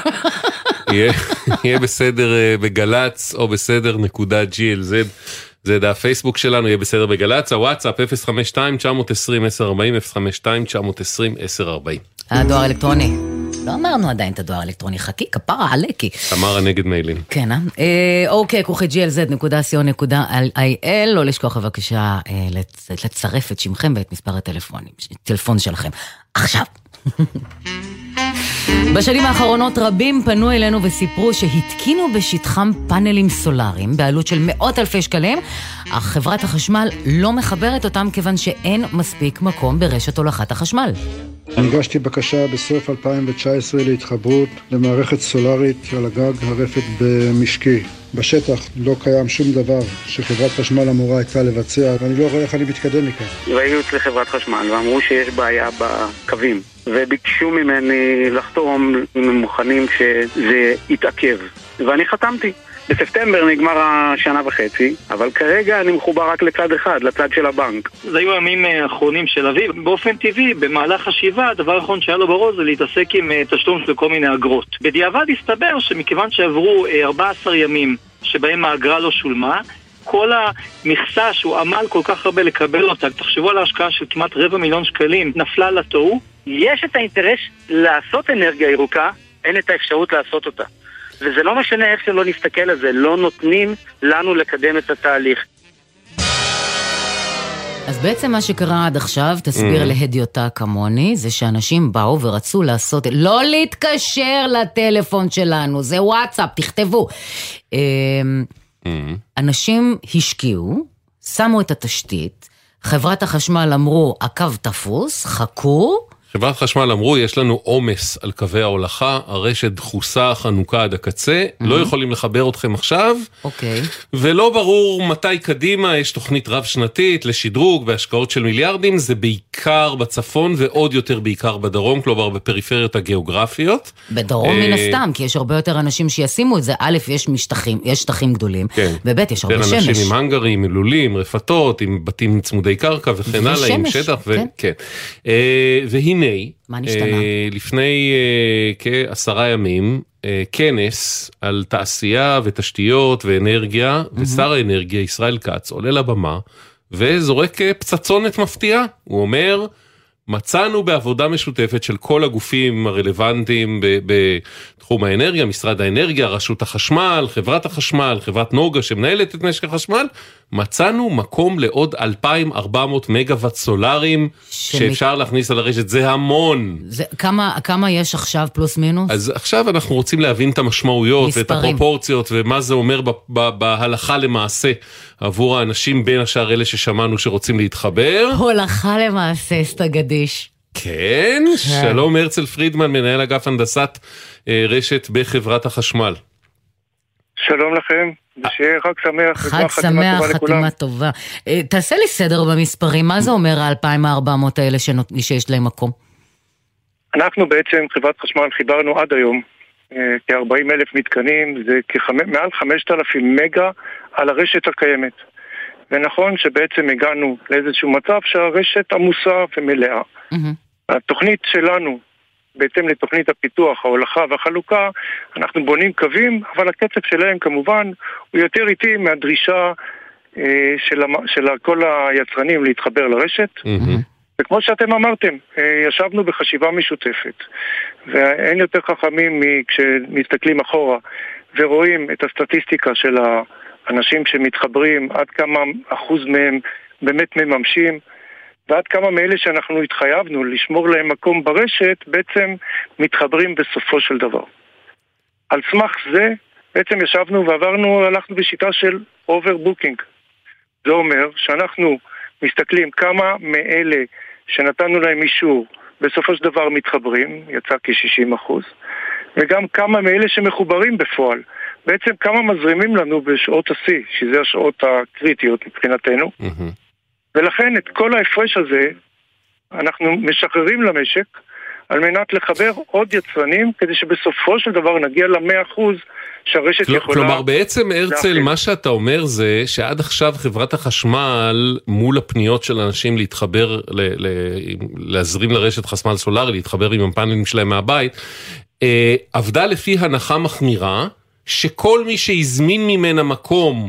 יהיה בסדר בגל"צ, או בסדר.glz. זה דף פייסבוק שלנו, יהיה בסדר בגל"צ, הוואטסאפ 052-920-1040, 052-920-1040. הדואר האלקטרוני. לא אמרנו עדיין את הדואר האלקטרוני, חכי, כפרה, עלקי. אמרה נגד מיילים. כן, אוקיי, כוכי glz.co.il, לא לשכוח בבקשה לצרף את שמכם ואת מספר הטלפון שלכם. עכשיו. בשנים האחרונות רבים פנו אלינו וסיפרו שהתקינו בשטחם פאנלים סולאריים בעלות של מאות אלפי שקלים, אך חברת החשמל לא מחברת אותם כיוון שאין מספיק מקום ברשת הולכת החשמל. הגשתי בקשה בסוף 2019 להתחברות למערכת סולארית על הגג הרפת במשקי. בשטח לא קיים שום דבר שחברת חשמל אמורה הייתה לבצע, ואני לא רואה איך אני מתקדם מכאן. והיו אצלי חברת חשמל ואמרו שיש בעיה בקווים, וביקשו ממני לחתום אם הם מוכנים שזה יתעכב, ואני חתמתי. בספטמבר נגמר השנה וחצי, אבל כרגע אני מחובר רק לצד אחד, לצד של הבנק. זה היו ימים האחרונים של אביב. באופן טבעי, במהלך השבעה, הדבר האחרון שהיה לו בראש זה להתעסק עם תשלום של כל מיני אגרות. בדיעבד הסתבר שמכיוון שעברו 14 ימים שבהם האגרה לא שולמה, כל המכסה שהוא עמל כל כך הרבה לקבל אותה, תחשבו על ההשקעה של כמעט 250,000 שקלים, נפלה לתוהו. יש את האינטרס לעשות אנרגיה ירוקה, אין את האפשרות לעשות אותה. וזה לא משנה איך שלא נסתכל על זה, לא נותנים לנו לקדם את התהליך. אז בעצם מה שקרה עד עכשיו, תסביר להדיוטה כמוני, זה שאנשים באו ורצו לעשות, לא להתקשר לטלפון שלנו, זה וואטסאפ, תכתבו. אנשים השקיעו, שמו את התשתית, חברת החשמל אמרו, הקו תפוס, חכו. חברת חשמל אמרו, יש לנו עומס על קווי ההולכה, הרשת דחוסה, חנוכה עד הקצה, לא יכולים לחבר אתכם עכשיו, ולא ברור מתי קדימה, יש תוכנית רב שנתית לשדרוג בהשקעות של מיליארדים, זה בעיקר בצפון ועוד יותר בעיקר בדרום, כלומר בפריפריות הגיאוגרפיות. בדרום מן הסתם, כי יש הרבה יותר אנשים שישימו את זה, א', יש שטחים גדולים, וב', יש הרבה שמש. אנשים עם הנגרים, עם לולים, רפתות, עם בתים צמודי קרקע וכן הלאה, עם שטח, והנה, לפני כ10 ימים, כנס על תעשייה ותשתיות ואנרגיה, ושר האנרגיה ישראל כץ עולה לבמה, וזורק פצצונת מפתיעה. הוא אומר, מצאנו בעבודה משותפת של כל הגופים הרלוונטיים בתחום האנרגיה, משרד האנרגיה, רשות החשמל, חברת החשמל, חברת נוגה שמנהלת את משק החשמל, מצאנו מקום לעוד 2,400 מגוואט סולאריים שאפשר להכניס על הרשת, זה המון. כמה יש עכשיו פלוס מינוס? אז עכשיו אנחנו רוצים להבין את המשמעויות ואת הפרופורציות ומה זה אומר בהלכה למעשה עבור האנשים בין השאר אלה ששמענו שרוצים להתחבר. הולכה למעשה, סטגדיש. כן, שלום הרצל פרידמן, מנהל אגף הנדסת רשת בחברת החשמל. שלום לכם, ושיהיה חג שמח. חג שמח, חתימה טובה. תעשה לי סדר במספרים, מה זה אומר ה-2,400 האלה שיש להם מקום? אנחנו בעצם, חברת חשמל, חיברנו עד היום כ-40,000 מתקנים, זה מעל 5,000 מגה על הרשת הקיימת. ונכון שבעצם הגענו לאיזשהו מצב שהרשת עמוסה ומלאה. התוכנית שלנו, בהתאם לתוכנית הפיתוח, ההולכה והחלוקה, אנחנו בונים קווים, אבל הקצב שלהם כמובן הוא יותר איטי מהדרישה של כל היצרנים להתחבר לרשת. וכמו שאתם אמרתם, ישבנו בחשיבה משותפת, ואין יותר חכמים כשמסתכלים אחורה ורואים את הסטטיסטיקה של האנשים שמתחברים, עד כמה אחוז מהם באמת מממשים, ועד כמה מאלה שאנחנו התחייבנו לשמור להם מקום ברשת, בעצם מתחברים בסופו של דבר. על סמך זה, בעצם ישבנו ועברנו, הלכנו בשיטה של overbooking. זה אומר שאנחנו מסתכלים כמה מאלה שנתנו להם אישור, בסופו של דבר מתחברים, יצא כ-60%, וגם כמה מאלה שמחוברים בפועל. בעצם כמה מזרימים לנו בשעות השיא, שזה השעות הקריטיות מבחינתנו. ולכן את כל ההפרש הזה אנחנו משחררים למשק על מנת לחבר עוד יצרנים כדי שבסופו של דבר נגיע ל100% שהרשת יכולה... כלומר בעצם הרצל מה שאתה אומר זה שעד עכשיו חברת החשמל מול הפניות של אנשים להתחבר, להזרים לרשת חשמל סולארי, להתחבר עם הפאנלים שלהם מהבית, עבדה לפי הנחה מחמירה שכל מי שהזמין ממנה מקום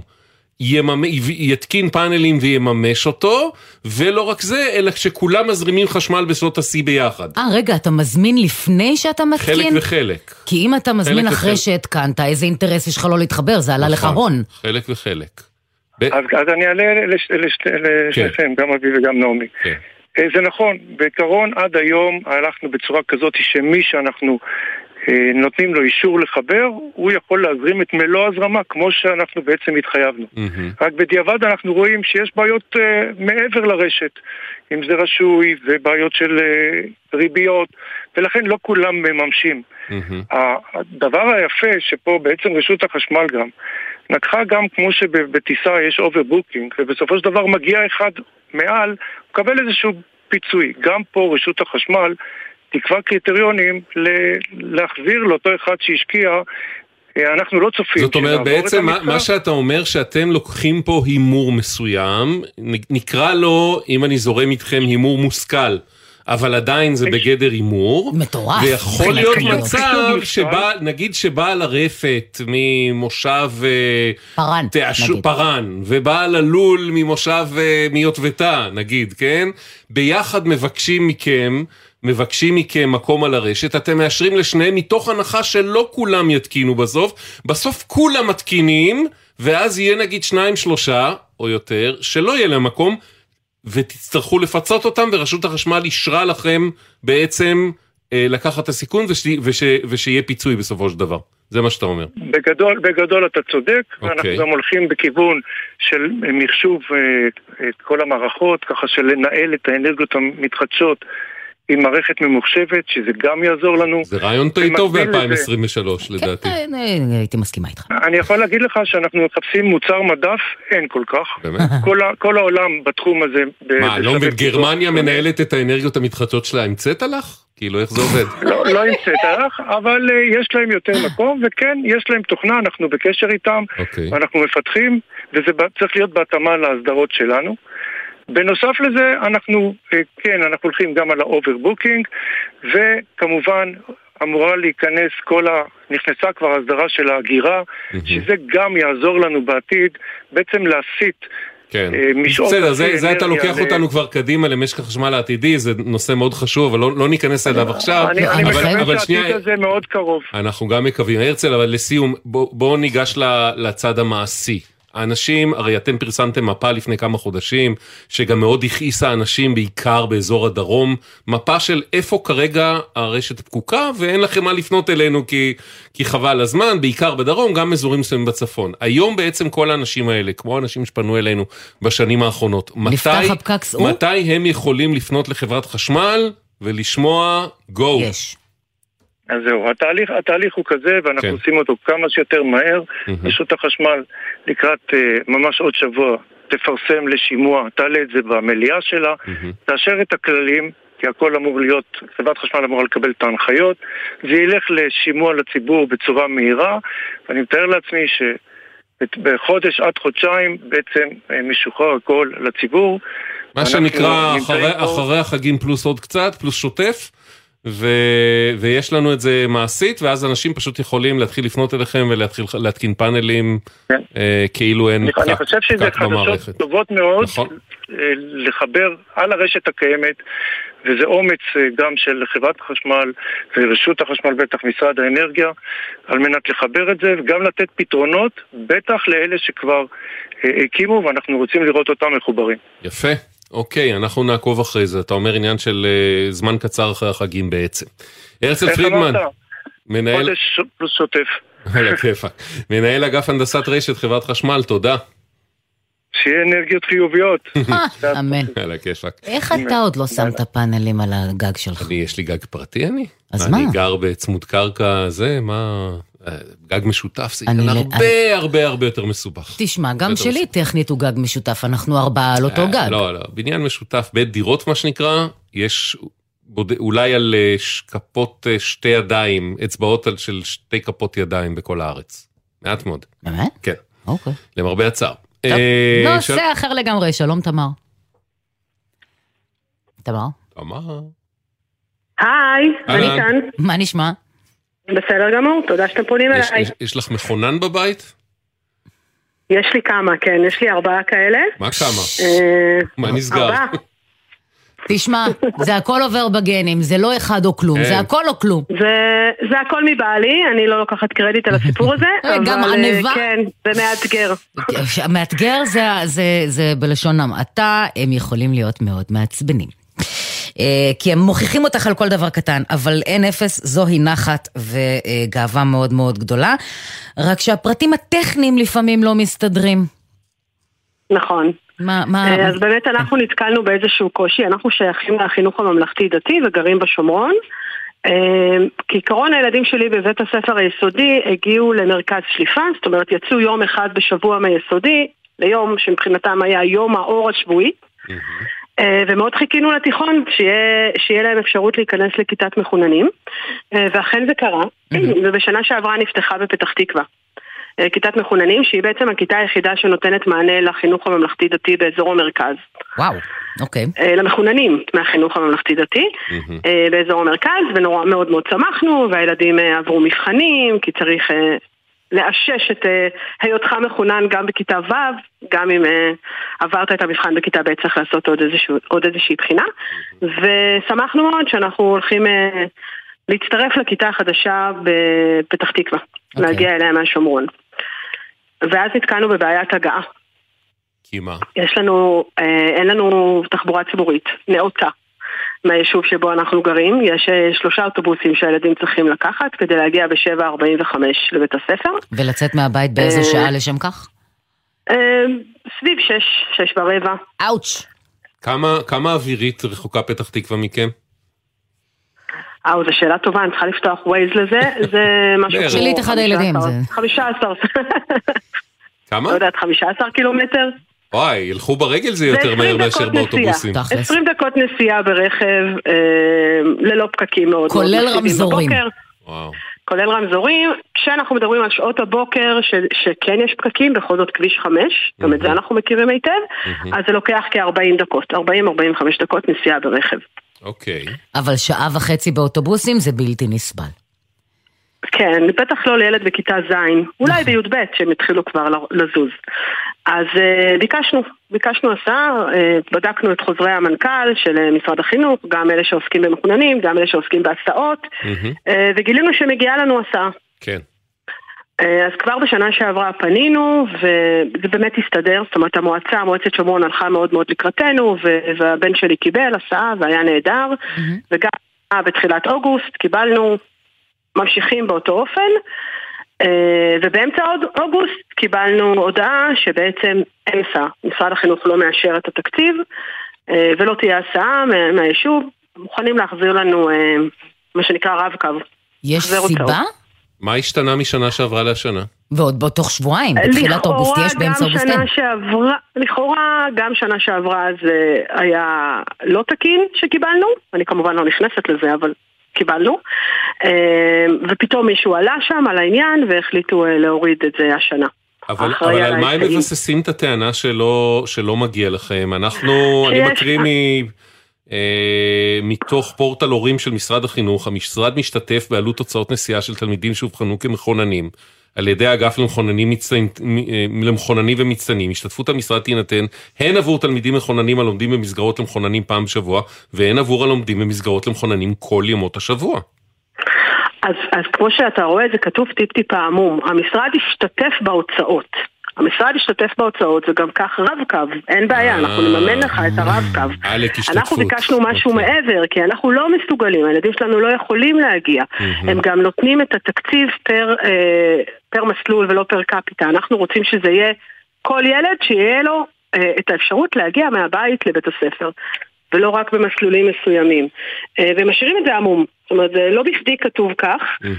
יתקין פאנלים ויממש אותו, ולא רק זה, אלא שכולם מזרימים חשמל בשעות השיא ביחד. רגע, אתה מזמין לפני שאתה מתקין? חלק וחלק. כי אם אתה מזמין אחרי שהתקנת, איזה אינטרס יש לך לא להתחבר? זה עלה לך הון. חלק וחלק. אז אני אעלה לשניכם, גם אבי וגם נעמי. זה נכון, בעיקרון עד היום הלכנו בצורה כזאת שמי שאנחנו נותנים לו אישור לחבר, הוא יכול להזרים את מלוא הזרמה, כמו שאנחנו בעצם התחייבנו. רק בדיעבד אנחנו רואים שיש בעיות מעבר לרשת, אם זה רשוי ובעיות של ריביות, ולכן לא כולם מממשים. הדבר היפה שפה בעצם רשות החשמל גם, נקחה גם כמו שבטיסה יש אוברבוקינג, ובסופו של דבר מגיע אחד מעל, הוא מקבל איזשהו פיצוי. גם פה רשות החשמל תקבע קריטריונים להחזיר לאותו אחד שהשקיע, אנחנו לא צופים. זאת אומרת, בעצם מה שאתה אומר שאתם לוקחים פה הימור מסוים, נקרא לו, אם אני זורם איתכם, הימור מושכל, אבל עדיין זה בגדר אימור. מטורף. ויכול להיות מצב נגיד שבעל הרפת ממושב פרן, ובעל הלול ממושב מיוטבתה, נגיד, כן? ביחד מבקשים מכם מקום על הרשת, אתם מאשרים לשניהם מתוך הנחה שלא כולם יתקינו בסוף כולם מתקינים, ואז יהיה נגיד 2-3 או יותר, שלא יהיה להם מקום, ותצטרכו לפצות אותם, ורשות החשמל אישרה לכם בעצם לקחת את הסיכון, ושיהיה פיצוי בסופו של דבר. זה מה שאתה אומר. בגדול אתה צודק, ואנחנו גם הולכים בכיוון של מחשוב את כל המערכות, ככה של לנהל את האנרגיות המתחדשות, עם מערכת ממוחשבת, שזה גם יעזור לנו. זה רעיון טוב ב-2023, לדעתי. הייתי מסכימה איתך. אני יכול להגיד לך שאנחנו מחפשים מוצר מדף, אין כל כך. באמת? כל העולם בתחום הזה... מה, לא גרמניה מנהלת את האנרגיות המתחדשות שלה, המצאת לך? כאילו, איך זה עובד? לא המצאת לך, אבל יש להם יותר מקום, וכן, יש להם תוכנה, אנחנו בקשר איתם, אנחנו מפתחים, וזה צריך להיות בהתאמה להסדרות שלנו. בנוסף לזה, אנחנו הולכים גם על האוברבוקינג, וכמובן אמורה להיכנס נכנסה כבר הסדרה של ההגירה, שזה גם יעזור לנו בעתיד, בעצם להסיט בסדר, זה אתה לוקח אותנו כבר קדימה למשק החשמל העתידי, זה נושא מאוד חשוב, אבל לא ניכנס אליו עכשיו. אני מקווה שהעתיד הזה מאוד קרוב. אנחנו גם מקווים. הרצל, אבל לסיום, בואו ניגש לצד המעשי. האנשים, הרי אתם פרסמתם מפה לפני כמה חודשים, שגם מאוד הכעיסה אנשים בעיקר באזור הדרום, מפה של איפה כרגע הרשת פקוקה, ואין לכם מה לפנות אלינו כי חבל הזמן, בעיקר בדרום, גם אזורים מסוימים בצפון. היום בעצם כל האנשים האלה, כמו האנשים שפנו אלינו בשנים האחרונות, מתי הם יכולים לפנות לחברת חשמל ולשמוע גו? יש. אז זהו, התהליך הוא כזה, ואנחנו עושים אותו כמה שיותר מהר. רשות החשמל לקראת ממש עוד שבוע תפרסם לשימוע, תעלה את זה במליאה שלה, תאשר את הכללים, כי הכל אמור להיות, חברת חשמל אמורה לקבל את ההנחיות, זה ילך לשימוע לציבור בצורה מהירה, ואני מתאר לעצמי שבחודש עד חודשיים בעצם משוחרר הכל לציבור. מה שנקרא אחרי החגים פלוס עוד קצת, פלוס שוטף, ויש לנו את זה מעשית, ואז אנשים פשוט יכולים להתחיל לפנות אליכם ולהתחיל להתקין פאנלים כאילו אין פקק במערכת. אני חושב שזה חדשות טובות מאוד לחבר על הרשת הקיימת, וזה אומץ גם של חברת החשמל ורשות החשמל, בטח משרד האנרגיה, על מנת לחבר את זה וגם לתת פתרונות, בטח לאלה שכבר הקימו, ואנחנו רוצים לראות אותם מחוברים. יפה. אוקיי, אנחנו נעקוב אחרי זה. אתה אומר עניין של זמן קצר אחרי החגים בעצם. הרצל פרידמן, חודש פלוס שוטף. על הכיפק. מנהל אגף הנדסת רשת חברת חשמל, תודה. שיהיה אנרגיות חיוביות. אמן. על הכיפק. איך אתה עוד לא שמת פאנלים על הגג שלך? יש לי גג פרטי אני. אז מה? אני גר בצמוד קרקע, זה מה... גג משותף זה הרבה יותר מסובך. תשמע, גם שלי טכנית הוא גג משותף, אנחנו 4 על אותו גג. לא, בניין משותף, בית דירות מה שנקרא, יש אולי על כפות 2 ידיים, אצבעות של 2 כפות ידיים בכל הארץ. מעט מאוד. באמת? כן. אוקיי. למרבה הצער. נושא אחר לגמרי, שלום תמר. תמר? היי, אני כאן. מה נשמע? בסדר גמור, תודה שאתם פונים אליי. יש לך מכונן בבית? יש לי כמה, כן, יש לי 4 כאלה. מה כמה? מה נסגר? 4. תשמע, זה הכל עובר בגנים, זה לא אחד או כלום, זה הכל או כלום. זה הכל מבעלי, אני לא לוקחת קרדיט על הסיפור הזה, גם ענבה? כן, זה מאתגר. מאתגר זה בלשון המעטה, הם יכולים להיות מאוד מעצבנים. כי הם מוכיחים אותך על כל דבר קטן, אבל אין אפס, זוהי נחת וגאווה מאוד מאוד גדולה, רק שהפרטים הטכניים לפעמים לא מסתדרים. נכון. אז באמת אנחנו נתקלנו באיזשהו קושי, אנחנו שייכים לחינוך הממלכתי דתי וגרים בשומרון, כעיקרון הילדים שלי בבית הספר היסודי הגיעו למרכז שליפה, זאת אומרת יצאו יום אחד בשבוע מהיסודי, ליום שמבחינתם היה יום האור השבועי, ומאוד חיכינו לתיכון שיהיה להם אפשרות להיכנס לכיתת מחוננים, ואכן זה קרה, ובשנה שעברה נפתחה בפתח תקווה. כיתת מחוננים, שהיא בעצם הכיתה היחידה שנותנת מענה לחינוך הממלכתי-דתי באזור המרכז. וואו, אוקיי. למחוננים מהחינוך הממלכתי-דתי באזור המרכז, ונורא מאוד מאוד שמחנו, והילדים עברו מבחנים, כי צריך לאשש את היותך מחונן גם בכיתה ו', גם אם עברת את המבחן בכיתה ב' צריך לעשות עוד איזושהי בחינה, ושמחנו מאוד שאנחנו הולכים להצטרף לכיתה החדשה בפתח תקווה, להגיע אליה מהשומרון. ואז נתקענו בבעיית הגעה. כי מה? אין לנו תחבורה ציבורית נאותה מהיישוב שבו אנחנו גרים. יש 3 אוטובוסים שהילדים צריכים לקחת כדי להגיע ב-7:45 לבית הספר. ולצאת מהבית באיזו שעה לשם כך? סביב 6:15. אאוץ'. כמה אווירית רחוקה פתח תקווה מכם? זו שאלה טובה, אני צריכה לפתוח ווייז לזה, זה משהו כמו... שלי את אחד הילדים. 15. כמה? לא יודעת, 15 קילומטר. וואי, ילכו ברגל זה יותר מהר מאשר באוטובוסים. 20 דקות נסיעה ברכב, ללא פקקים מאוד. כולל רמזורים. כולל רמזורים. כשאנחנו מדברים על שעות הבוקר, שכן יש פקקים, בכל זאת כביש 5, גם את זה אנחנו מכירים היטב, אז זה לוקח כ-40 דקות, 40-45 דקות נסיעה ברכב. אוקיי. אבל 1.5 שעה באוטובוסים זה בלתי נסבל. כן, בטח לא לילד בכיתה ז', אולי בי"ב שהם התחילו כבר לזוז. אז ביקשנו הסעה, בדקנו את חוזרי המנכ"ל של משרד החינוך, גם אלה שעוסקים במחוננים, גם אלה שעוסקים בהסעות, וגילינו שמגיעה לנו הסעה. כן. אז כבר בשנה שעברה פנינו, וזה באמת הסתדר, זאת אומרת מועצת שומרון הלכה מאוד מאוד לקראתנו, והבן שלי קיבל הסעה והיה נהדר, וגם בתחילת אוגוסט קיבלנו, ממשיכים באותו אופן, ובאמצע אוגוסט קיבלנו הודעה שבעצם אין הסעה, משרד החינוך לא מאשר את התקציב, ולא תהיה הסעה מהיישוב, מוכנים להחזיר לנו מה שנקרא רב קו. יש סיבה? מה השתנה משנה שעברה לשנה? ועוד בתוך שבועיים, בתחילת אוגוסט יש באמצע אוגוסט. לכאורה גם שנה שעברה זה היה לא תקין שקיבלנו, אני כמובן לא נכנסת לזה, אבל קיבלנו, ופתאום מישהו עלה שם על העניין והחליטו להוריד את זה השנה. אבל על מה הם מבססים את הטענה שלא מגיע לכם? אני מקריא מתוך פורטל הורים של משרד החינוך, המשרד משתתף בעלות הוצאות נסיעה של תלמידים שאובחנו כמחוננים, על ידי האגף למחוננים ומצטיינים. השתתפות המשרד תינתן הן עבור תלמידים מחוננים הלומדים במסגרות למחוננים פעם בשבוע, והן עבור הלומדים במסגרות למחוננים כל ימות השבוע. אז כמו שאתה רואה, זה כתוב טיפ-טיפה עמום. המשרד ישתתף בהוצאות. זה גם כך רב קו, אין בעיה, אנחנו נממן לך את הרב קו. אנחנו ביקשנו משהו מעבר, כי אנחנו לא מסוגלים, הילדים שלנו לא יכולים להגיע. הם גם נותנים את התקציב פר מסלול ולא פר קפיטה. אנחנו רוצים שזה יהיה כל ילד שיהיה לו את האפשרות להגיע מהבית לבית הספר, ולא רק במסלולים מסוימים. ומשאירים את זה עמום, זאת אומרת, זה לא בכדי כתוב כך,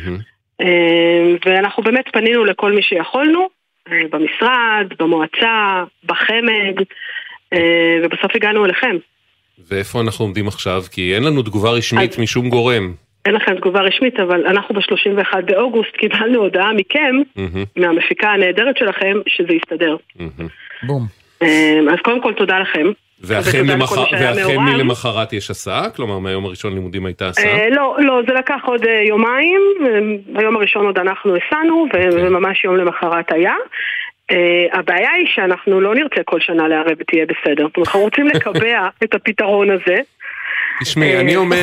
ואנחנו באמת פנינו לכל מי שיכולנו, במשרד, במועצה, בחמ"ד, ובסוף הגענו אליכם. ואיפה אנחנו עומדים עכשיו? כי אין לנו תגובה רשמית משום גורם. אין לכם תגובה רשמית, אבל אנחנו ב-31 באוגוסט קיבלנו הודעה מכם, מהמפיקה הנהדרת שלכם, שזה יסתדר. בום. אז קודם כל תודה לכם. ואכן מלמחרת יש הסעה? כלומר, מהיום הראשון לימודים הייתה הסעה? לא, זה לקח עוד יומיים, ביום הראשון עוד אנחנו הסענו, וממש יום למחרת היה. הבעיה היא שאנחנו לא נרצה כל שנה לערב ותהיה בסדר. אנחנו רוצים לקבע את הפתרון הזה. תשמעי,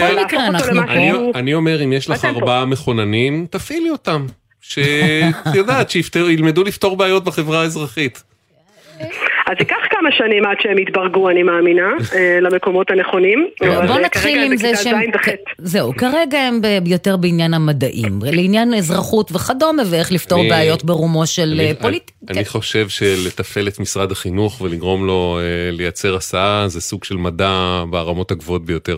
אני אומר, אם יש לך 4 מחוננים, תפעילי אותם. שיודעת, שילמדו לפתור בעיות בחברה האזרחית. אז ייקח כמה שנים עד שהם יתברגו, אני מאמינה, למקומות הנכונים. בוא נתחיל עם זה שהם... זהו, כרגע הם יותר בעניין המדעים, לעניין אזרחות וכדומה, ואיך לפתור בעיות ברומו של פוליטיקה. אני חושב שלטפל את משרד החינוך ולגרום לו לייצר הסעה, זה סוג של מדע ברמות הגבוהות ביותר.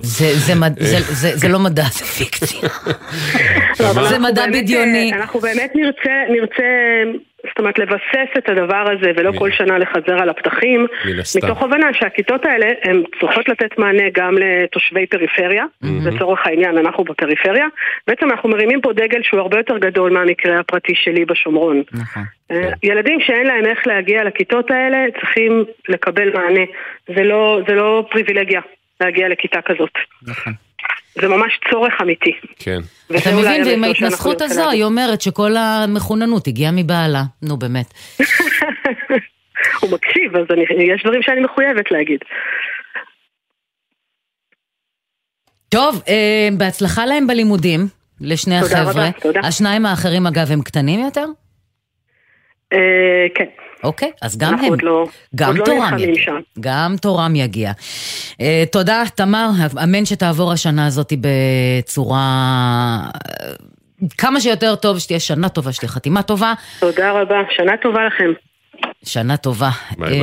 זה לא מדע, זה פיקציה. זה מדע בדיוני. אנחנו באמת נרצה זאת אומרת לבסס את הדבר הזה ולא כל שנה לחזר על הפתחים, מתוך הבנה שהכיתות האלה הן צריכות לתת מענה גם לתושבי פריפריה, לצורך העניין אנחנו בפריפריה, בעצם אנחנו מרימים פה דגל שהוא הרבה יותר גדול מהמקרה הפרטי שלי בשומרון. ילדים שאין להם איך להגיע לכיתות האלה צריכים לקבל מענה, זה לא פריבילגיה להגיע לכיתה כזאת. נכון. זה ממש צורך אמיתי. כן. אתה מבין, ועם ההתנסחות הזו, היא אומרת שכל המכוננות הגיעה מבעלה. נו, באמת. הוא מקשיב, אז יש דברים שאני מחויבת להגיד. טוב, בהצלחה להם בלימודים, לשני החבר'ה. השניים האחרים, אגב, הם קטנים יותר? כן. אוקיי, אז גם הם, גם תורם יגיע. גם תורם יגיע. תודה, תמר, אמן שתעבור השנה הזאת בצורה כמה שיותר טוב, שתהיה שנה טובה, שתהיה חתימה טובה. תודה רבה, שנה טובה לכם. שנה טובה. ביי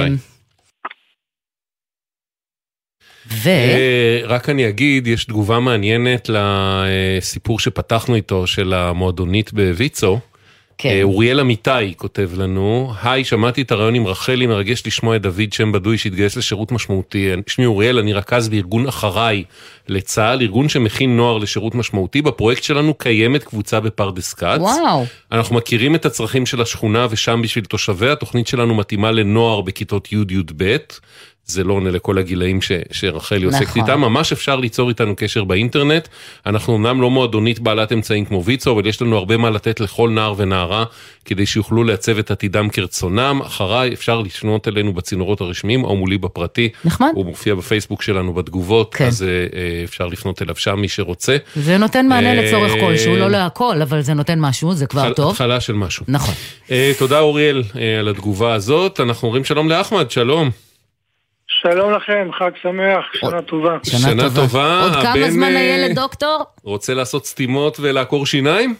ביי. רק אני אגיד, יש תגובה מעניינת לסיפור שפתחנו איתו של המועדונית בויצו. אוריאל אמיתי כותב לנו, היי, שמעתי את הרעיון עם רחלי, מרגש לשמוע את דוד שם בדוי שהתגייס לשירות משמעותי. שמי אוריאל, אני רכז בארגון אחריי לצה"ל, ארגון שמכין נוער לשירות משמעותי. בפרויקט שלנו קיימת קבוצה בפרדס כץ. וואו. אנחנו מכירים את הצרכים של השכונה ושם בשביל תושביה. התוכנית שלנו מתאימה לנוער בכיתות י'-י"ב. זה לא עונה לכל הגילאים שרחלי עוסקת איתם, ממש אפשר ליצור איתנו קשר באינטרנט, אנחנו אמנם לא מועדונית בעלת אמצעים כמו ויצו, אבל יש לנו הרבה מה לתת לכל נער ונערה, כדי שיוכלו לעצב את עתידם כרצונם, אחריי אפשר לשנות אלינו בצינורות הרשמיים, או מולי בפרטי, הוא מופיע בפייסבוק שלנו בתגובות, אז אפשר לפנות אליו שם מי שרוצה. זה נותן מענה לצורך כלשהו, לא להכל, אבל זה נותן משהו, זה כבר טוב. התחלה של משהו. נכון. תודה אוריאל על התגובה הזאת, אנחנו אומרים שלום לאחמד, שלום. שלום לכם, חג שמח, שנה טובה. שנה טובה. עוד כמה זמן הילד, דוקטור? רוצה לעשות סתימות ולעקור שיניים?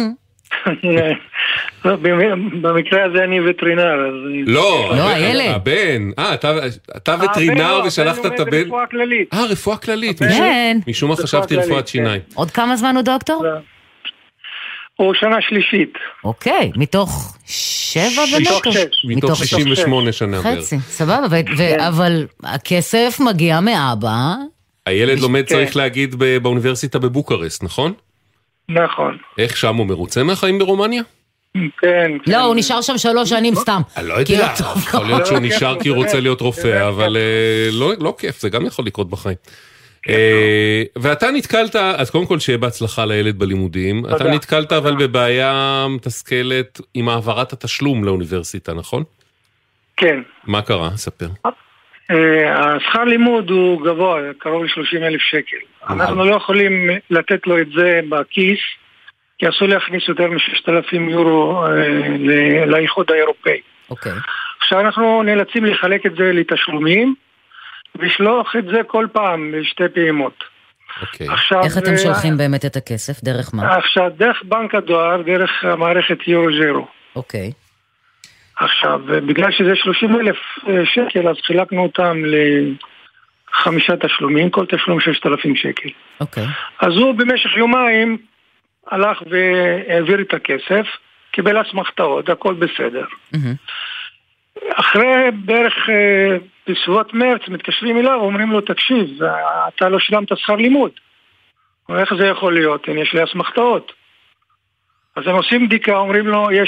במקרה הזה אני וטרינר. לא, הבן. אתה וטרינר ושלחת את הבן. רפואה כללית. רפואה כללית. משום מה חשבתי רפואת שיניים. עוד כמה זמן הוא דוקטור? הוא שנה שלישית. אוקיי, מתוך 7 באמת? מתוך 68 שנה. חצי, סבבה, אבל הכסף מגיע מאבא. הילד לומד, צריך להגיד, באוניברסיטה בבוקרסט, נכון? נכון. איך שם הוא מרוצה מהחיים ברומניה? כן. לא, הוא נשאר שם 3 שנים סתם. לא יודע, יכול להיות שהוא נשאר כי הוא רוצה להיות רופא, אבל לא כיף, זה גם יכול לקרות בחיים. ואתה נתקלת, אז קודם כל שיהיה בהצלחה לילד בלימודים, אתה נתקלת אבל בבעיה מתסכלת עם העברת התשלום לאוניברסיטה, נכון? כן. מה קרה? ספר. השכר לימוד הוא גבוה, קרוב ל-30,000 שקל. אנחנו לא יכולים לתת לו את זה בכיס, כי אסור להכניס יותר מ-6,000 יורו לאיחוד האירופאי. אוקיי. עכשיו אנחנו נאלצים לחלק את זה לתשלומים, ולשלוח את זה כל פעם בשתי פעימות. איך אתם שולחים באמת את הכסף? דרך מה? עכשיו, דרך בנק הדואר, דרך המערכת יורו-ז'ירו. אוקיי. עכשיו, בגלל שזה 30,000 שקל, אז חילקנו אותם ל5 תשלומים, כל תשלום 6,000 שקל. אוקיי. אז הוא במשך יומיים הלך והעביר את הכסף, קיבל אסמכתאות, הכל בסדר. אחרי בערך בסביבות מרץ מתקשרים אליו ואומרים לו, תקשיב, אתה לא שילמת שכר לימוד. איך זה יכול להיות? יש לי אסמכתאות. אז הם עושים בדיקה, אומרים לו, יש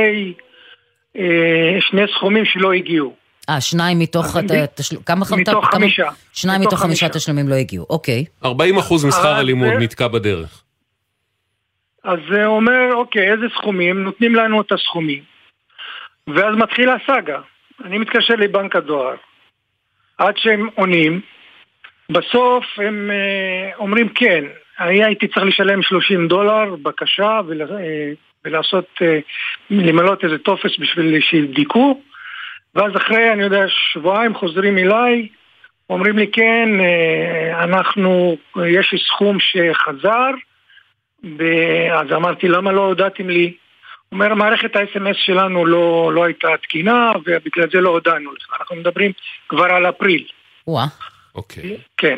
שני סכומים שלא הגיעו. 2 מתוך כמה חרטה? מתוך 5. 2 מתוך 5 תשלומים לא הגיעו, אוקיי. 40% משכר הלימוד נתקע בדרך. אז זה אומר, אוקיי, איזה סכומים? נותנים לנו את הסכומים. ואז מתחילה סאגה. אני מתקשר לבנק הדואר. עד שהם עונים, בסוף הם אומרים כן, הייתי צריך לשלם $30 בקשה ולעשות, למלות איזה טופס בשביל שיבדיקו, ואז אחרי, אני יודע, שבועיים חוזרים אליי, אומרים לי כן, יש סכום שחזר, אז אמרתי למה לא הודעתם לי? אומר, מערכת ה-SMS שלנו לא הייתה תקינה, ובגלל זה לא הודענו לך. אנחנו מדברים כבר על אפריל. אוקיי. כן.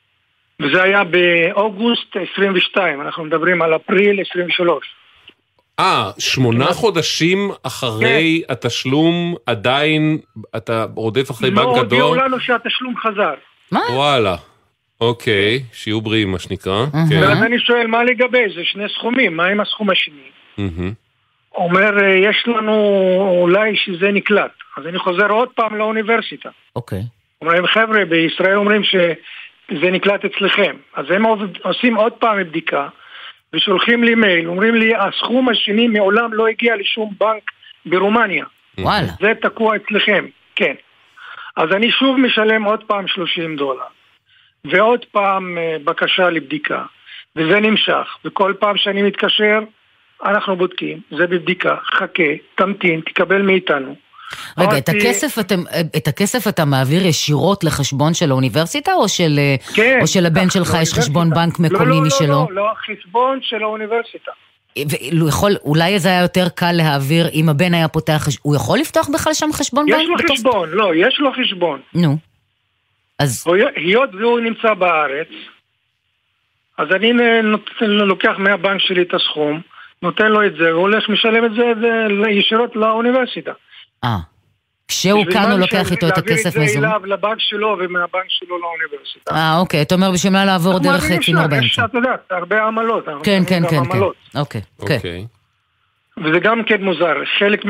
וזה היה באוגוסט 22, אנחנו מדברים על אפריל 23. 8 חודשים אחרי התשלום עדיין אתה רודף אחרי בנק הדואר? לא הודיעו לנו שהתשלום חזר. מה? וואלה. אוקיי, שיהיו בריאים מה שנקרא. ואז אני שואל מה לגבי זה, 2 סכומים, מה עם הסכום השני? אומר, יש לנו אולי שזה נקלט. אז אני חוזר עוד פעם לאוניברסיטה. אוקיי. אומרים, חבר'ה, בישראל אומרים שזה נקלט אצלכם. אז הם עושים עוד פעם בדיקה, ושולחים לי מייל, אומרים לי, הסכום השני מעולם לא הגיע לשום בנק ברומניה. וואלה. זה תקוע אצלכם, כן. אז אני שוב משלם עוד פעם $30. ועוד פעם בקשה לבדיקה. וזה נמשך. וכל פעם שאני מתקשר, אנחנו בודקים, זה בבדיקה, חכה, תמתין, תקבל מאיתנו. רגע, את הכסף אתה מעביר ישירות לחשבון של האוניברסיטה, או של הבן שלך יש חשבון בנק מקומי משלו? לא, חשבון של האוניברסיטה. אולי זה היה יותר קל להעביר אם הבן היה פותח, הוא יכול לפתוח בכלל שם חשבון בנק? יש לו חשבון, לא, יש לו חשבון. נו. אז... היות והוא נמצא בארץ, אז אני לוקח מהבנק שלי את הסכום, נותן לו את זה, הוא הולך משלם את זה ישירות לאוניברסיטה. כשהוא כאן הוא לוקח איתו את הכסף מזום? להעביר את זה אליו לבנק שלו ומהבנק שלו לאוניברסיטה. אוקיי, אתה אומר בשביל מה לעבור דרך צינור באמצע. יש, אתה יודע, הרבה עמלות. כן. אוקיי. וזה גם כן מוזר, חלק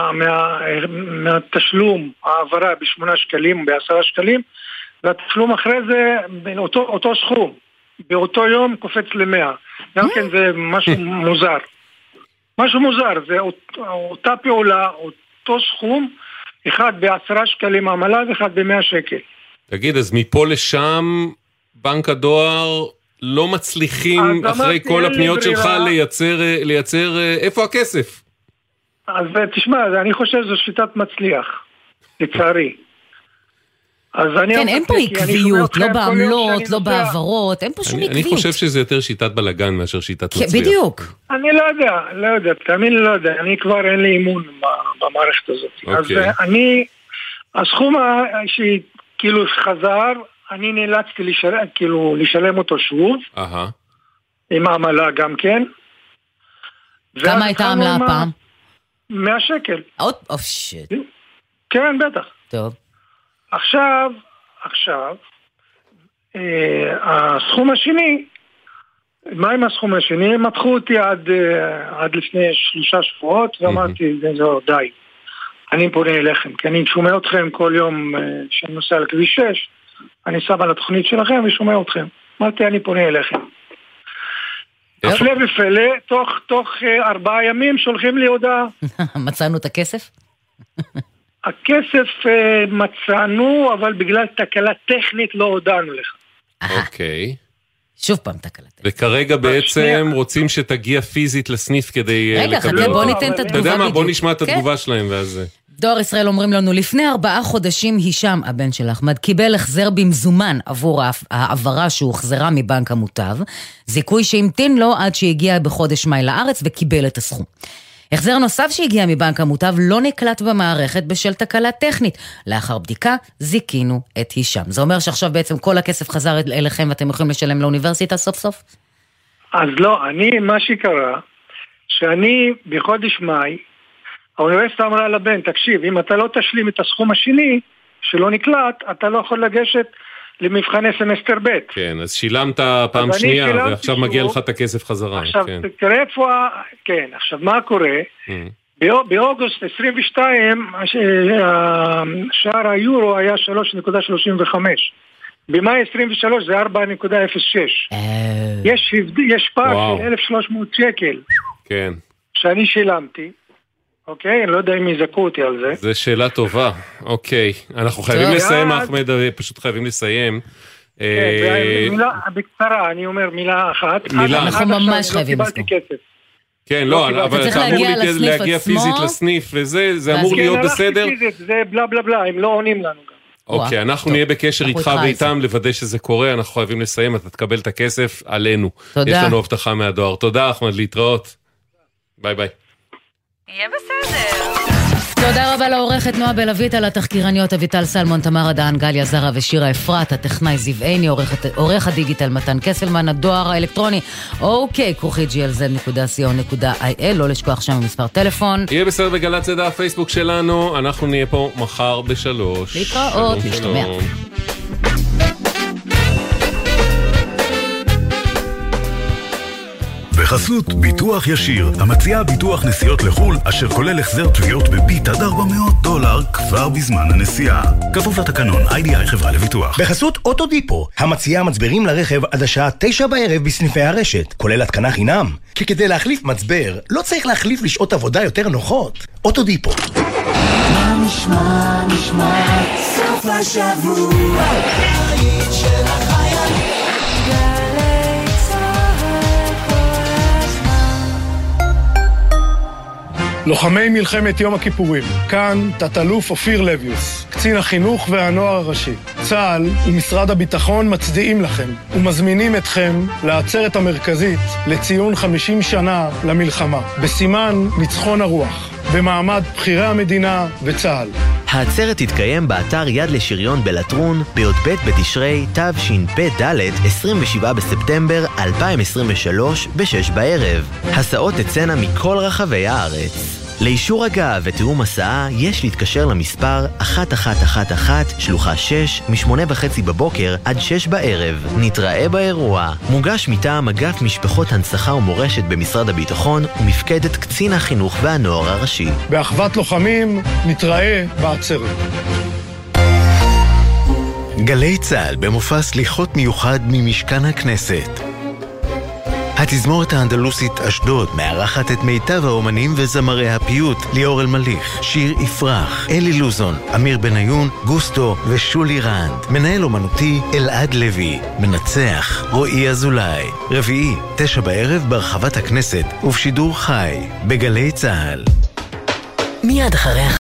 מהתשלום, העברה ב8 שקלים, ב10 שקלים, והתשלום אחרי זה, אותו סכום, באותו יום קופץ ל100. גם כן זה משהו מוזר. משהו מוזר, זה אותה פעולה, אותו סכום, אחד ב10 שקלים עמלה ואחד ב100 שקל. תגיד, אז מפה לשם בנק הדואר לא מצליחים אחרי כל הפניות שלך לייצר איפה הכסף? אז תשמע, אני חושב שזו שיטת מצליח, לצערי. כן, אין פה עקביות, לא בעמלות, לא בעברות, אין פה שום עקביות. אני חושב שזה יותר שיטת בלגן מאשר שיטת מצליח. בדיוק. אני לא יודע, תאמין לי לא יודע, אני כבר אין לי אימון במערכת הזאת. אז הסכום שכאילו חזר, אני נאלצתי לשלם אותו שוב, עם העמלה גם כן. כמה הייתה העמלה הפעם? 100 שקל. שיט. כן, בטח. טוב. עכשיו, הסכום השני, מה עם הסכום השני? הם מתחו אותי עד לפני 3 שבועות, ואמרתי, זהו, די. אני פונה אליכם, כי אני שומע אתכם כל יום שאני נוסע על כביש 6, אני שם על התוכנית שלכם ושומע אתכם. אמרתי, אני פונה אליכם. הפלא ופלא, תוך 4 ימים שולחים לי הודעה. מצאנו את הכסף? הכסף מצאנו, אבל בגלל תקלה טכנית לא הודענו לך. אוקיי. שוב פעם תקלה טכנית. וכרגע בעצם רוצים שתגיע פיזית לסניף כדי לקבל... רגע, בוא ניתן את התגובה בדיוק. אתה יודע מה, בוא נשמע את התגובה שלהם ואז... דואר ישראל אומרים לנו, לפני 4 חודשים הישם, הבן של אחמד, קיבל החזר במזומן עבור העברה שהוחזרה מבנק המוטב, זיכוי שהמתין לו עד שהגיע בחודש מאי לארץ וקיבל את הסכום. החזר נוסף שהגיע מבנק המוטב לא נקלט במערכת בשל תקלה טכנית. לאחר בדיקה זיכינו את הישם. זה אומר שעכשיו בעצם כל הכסף חזר אליכם ואתם יכולים לשלם לאוניברסיטה סוף סוף? אז לא, מה שקרה, שאני בחודש מאי, האוניברסיטה אמרה לבן, תקשיב, אם אתה לא תשלים את הסכום השני שלא נקלט, אתה לא יכול לגשת למבחני סמסטר ב'. כן, אז שילמת פעם שנייה, ועכשיו מגיע לך את הכסף חזרה. עכשיו, תראה איפה, כן, עכשיו מה קורה? באוגוסט 22, שער היורו היה 3.35. במאי 23 זה 4.06. יש פער של 1,300 שקל. כן. שאני שילמתי. אוקיי, אני לא יודע אם יזכו אותי על זה. זו שאלה טובה, אוקיי. אנחנו חייבים לסיים, אחמד, פשוט חייבים לסיים. בקצרה, אני אומר מילה אחת. אנחנו ממש חייבים לסיים. כן, לא, אבל אתה אמור להגיע פיזית לסניף, וזה, זה אמור להיות בסדר. זה בלה בלה בלה, הם לא עונים לנו גם. אוקיי, אנחנו נהיה בקשר איתך ואיתם לוודא שזה קורה, אנחנו חייבים לסיים, אתה תקבל את הכסף עלינו. תודה. יש לנו הבטחה מהדואר. תודה, אחמד, להתראות. ביי ביי. יהיה בסדר. תודה רבה לעורכת נועה בלווית, על התחקירניות אביטל סלמון, תמר עדן, גליה זרה ושירה אפרת, הטכנאי זיו עיני, עורך הדיגיטל מתן קסלמן, הדואר האלקטרוני ok@glz.co.il, לא לשכוח שם מספר טלפון. יהיה בסדר בגל"צ זה הפייסבוק שלנו, אנחנו נהיה פה מחר ב3. להתראות, נשתמע. בחסות ביטוח ישיר, המציעה ביטוח נסיעות לחול, אשר כולל החזר תביעות בביט עד $400 כבר בזמן הנסיעה. כפוף לתקנון, IDI חברה לביטוח. בחסות אוטודיפו, המציעה מצברים לרכב עד השעה 9 בערב בסניפי הרשת, כולל התקנה חינם. כי כדי להחליף מצבר, לא צריך להחליף לשעות עבודה יותר נוחות. אוטודיפו. מה נשמע, סוף השבוע, היית של החיילים. לוחמי מלחמת יום הכיפורים, כאן תת-אלוף אופיר לויוס, קצין החינוך והנוער הראשי. צה"ל ומשרד הביטחון מצדיעים לכם ומזמינים אתכם לעצרת המרכזית לציון 50 שנה למלחמה, בסימן ניצחון הרוח, במעמד בחירי המדינה וצה"ל. העצרת תתקיים באתר יד לשריון בלטרון בי"ב בתשרי תשפ"ד 27 בספטמבר 2023 ב-6 בערב. הסעות תצאנה מכל רחבי הארץ. לאישור הגעה ותיאום הסעה יש להתקשר למספר 1111 שלוחה 6 מ-8:30 בבוקר עד 6 בערב. נתראה באירוע. מוגש מטעם אגף משפחות הנצחה ומורשת במשרד הביטחון ומפקדת קצין החינוך והנוער הראשי. באחוות לוחמים נתראה בעצרת. גלי צה"ל במופע סליחות מיוחד ממשכן הכנסת. התזמורת האנדלוסית אשדוד מארחת את מיטב האומנים וזמרי הפיוט, ליאור אלמליך, שיר יפרח, אלי לוזון, אמיר בניון, גוסטו ושולי רנד. מנהל אומנותי אלעד לוי, מנצח רועי אזולאי. רביעי 9 בערב ברחבת הכנסת ובשידור חי בגלי צה"ל. מיד אחרי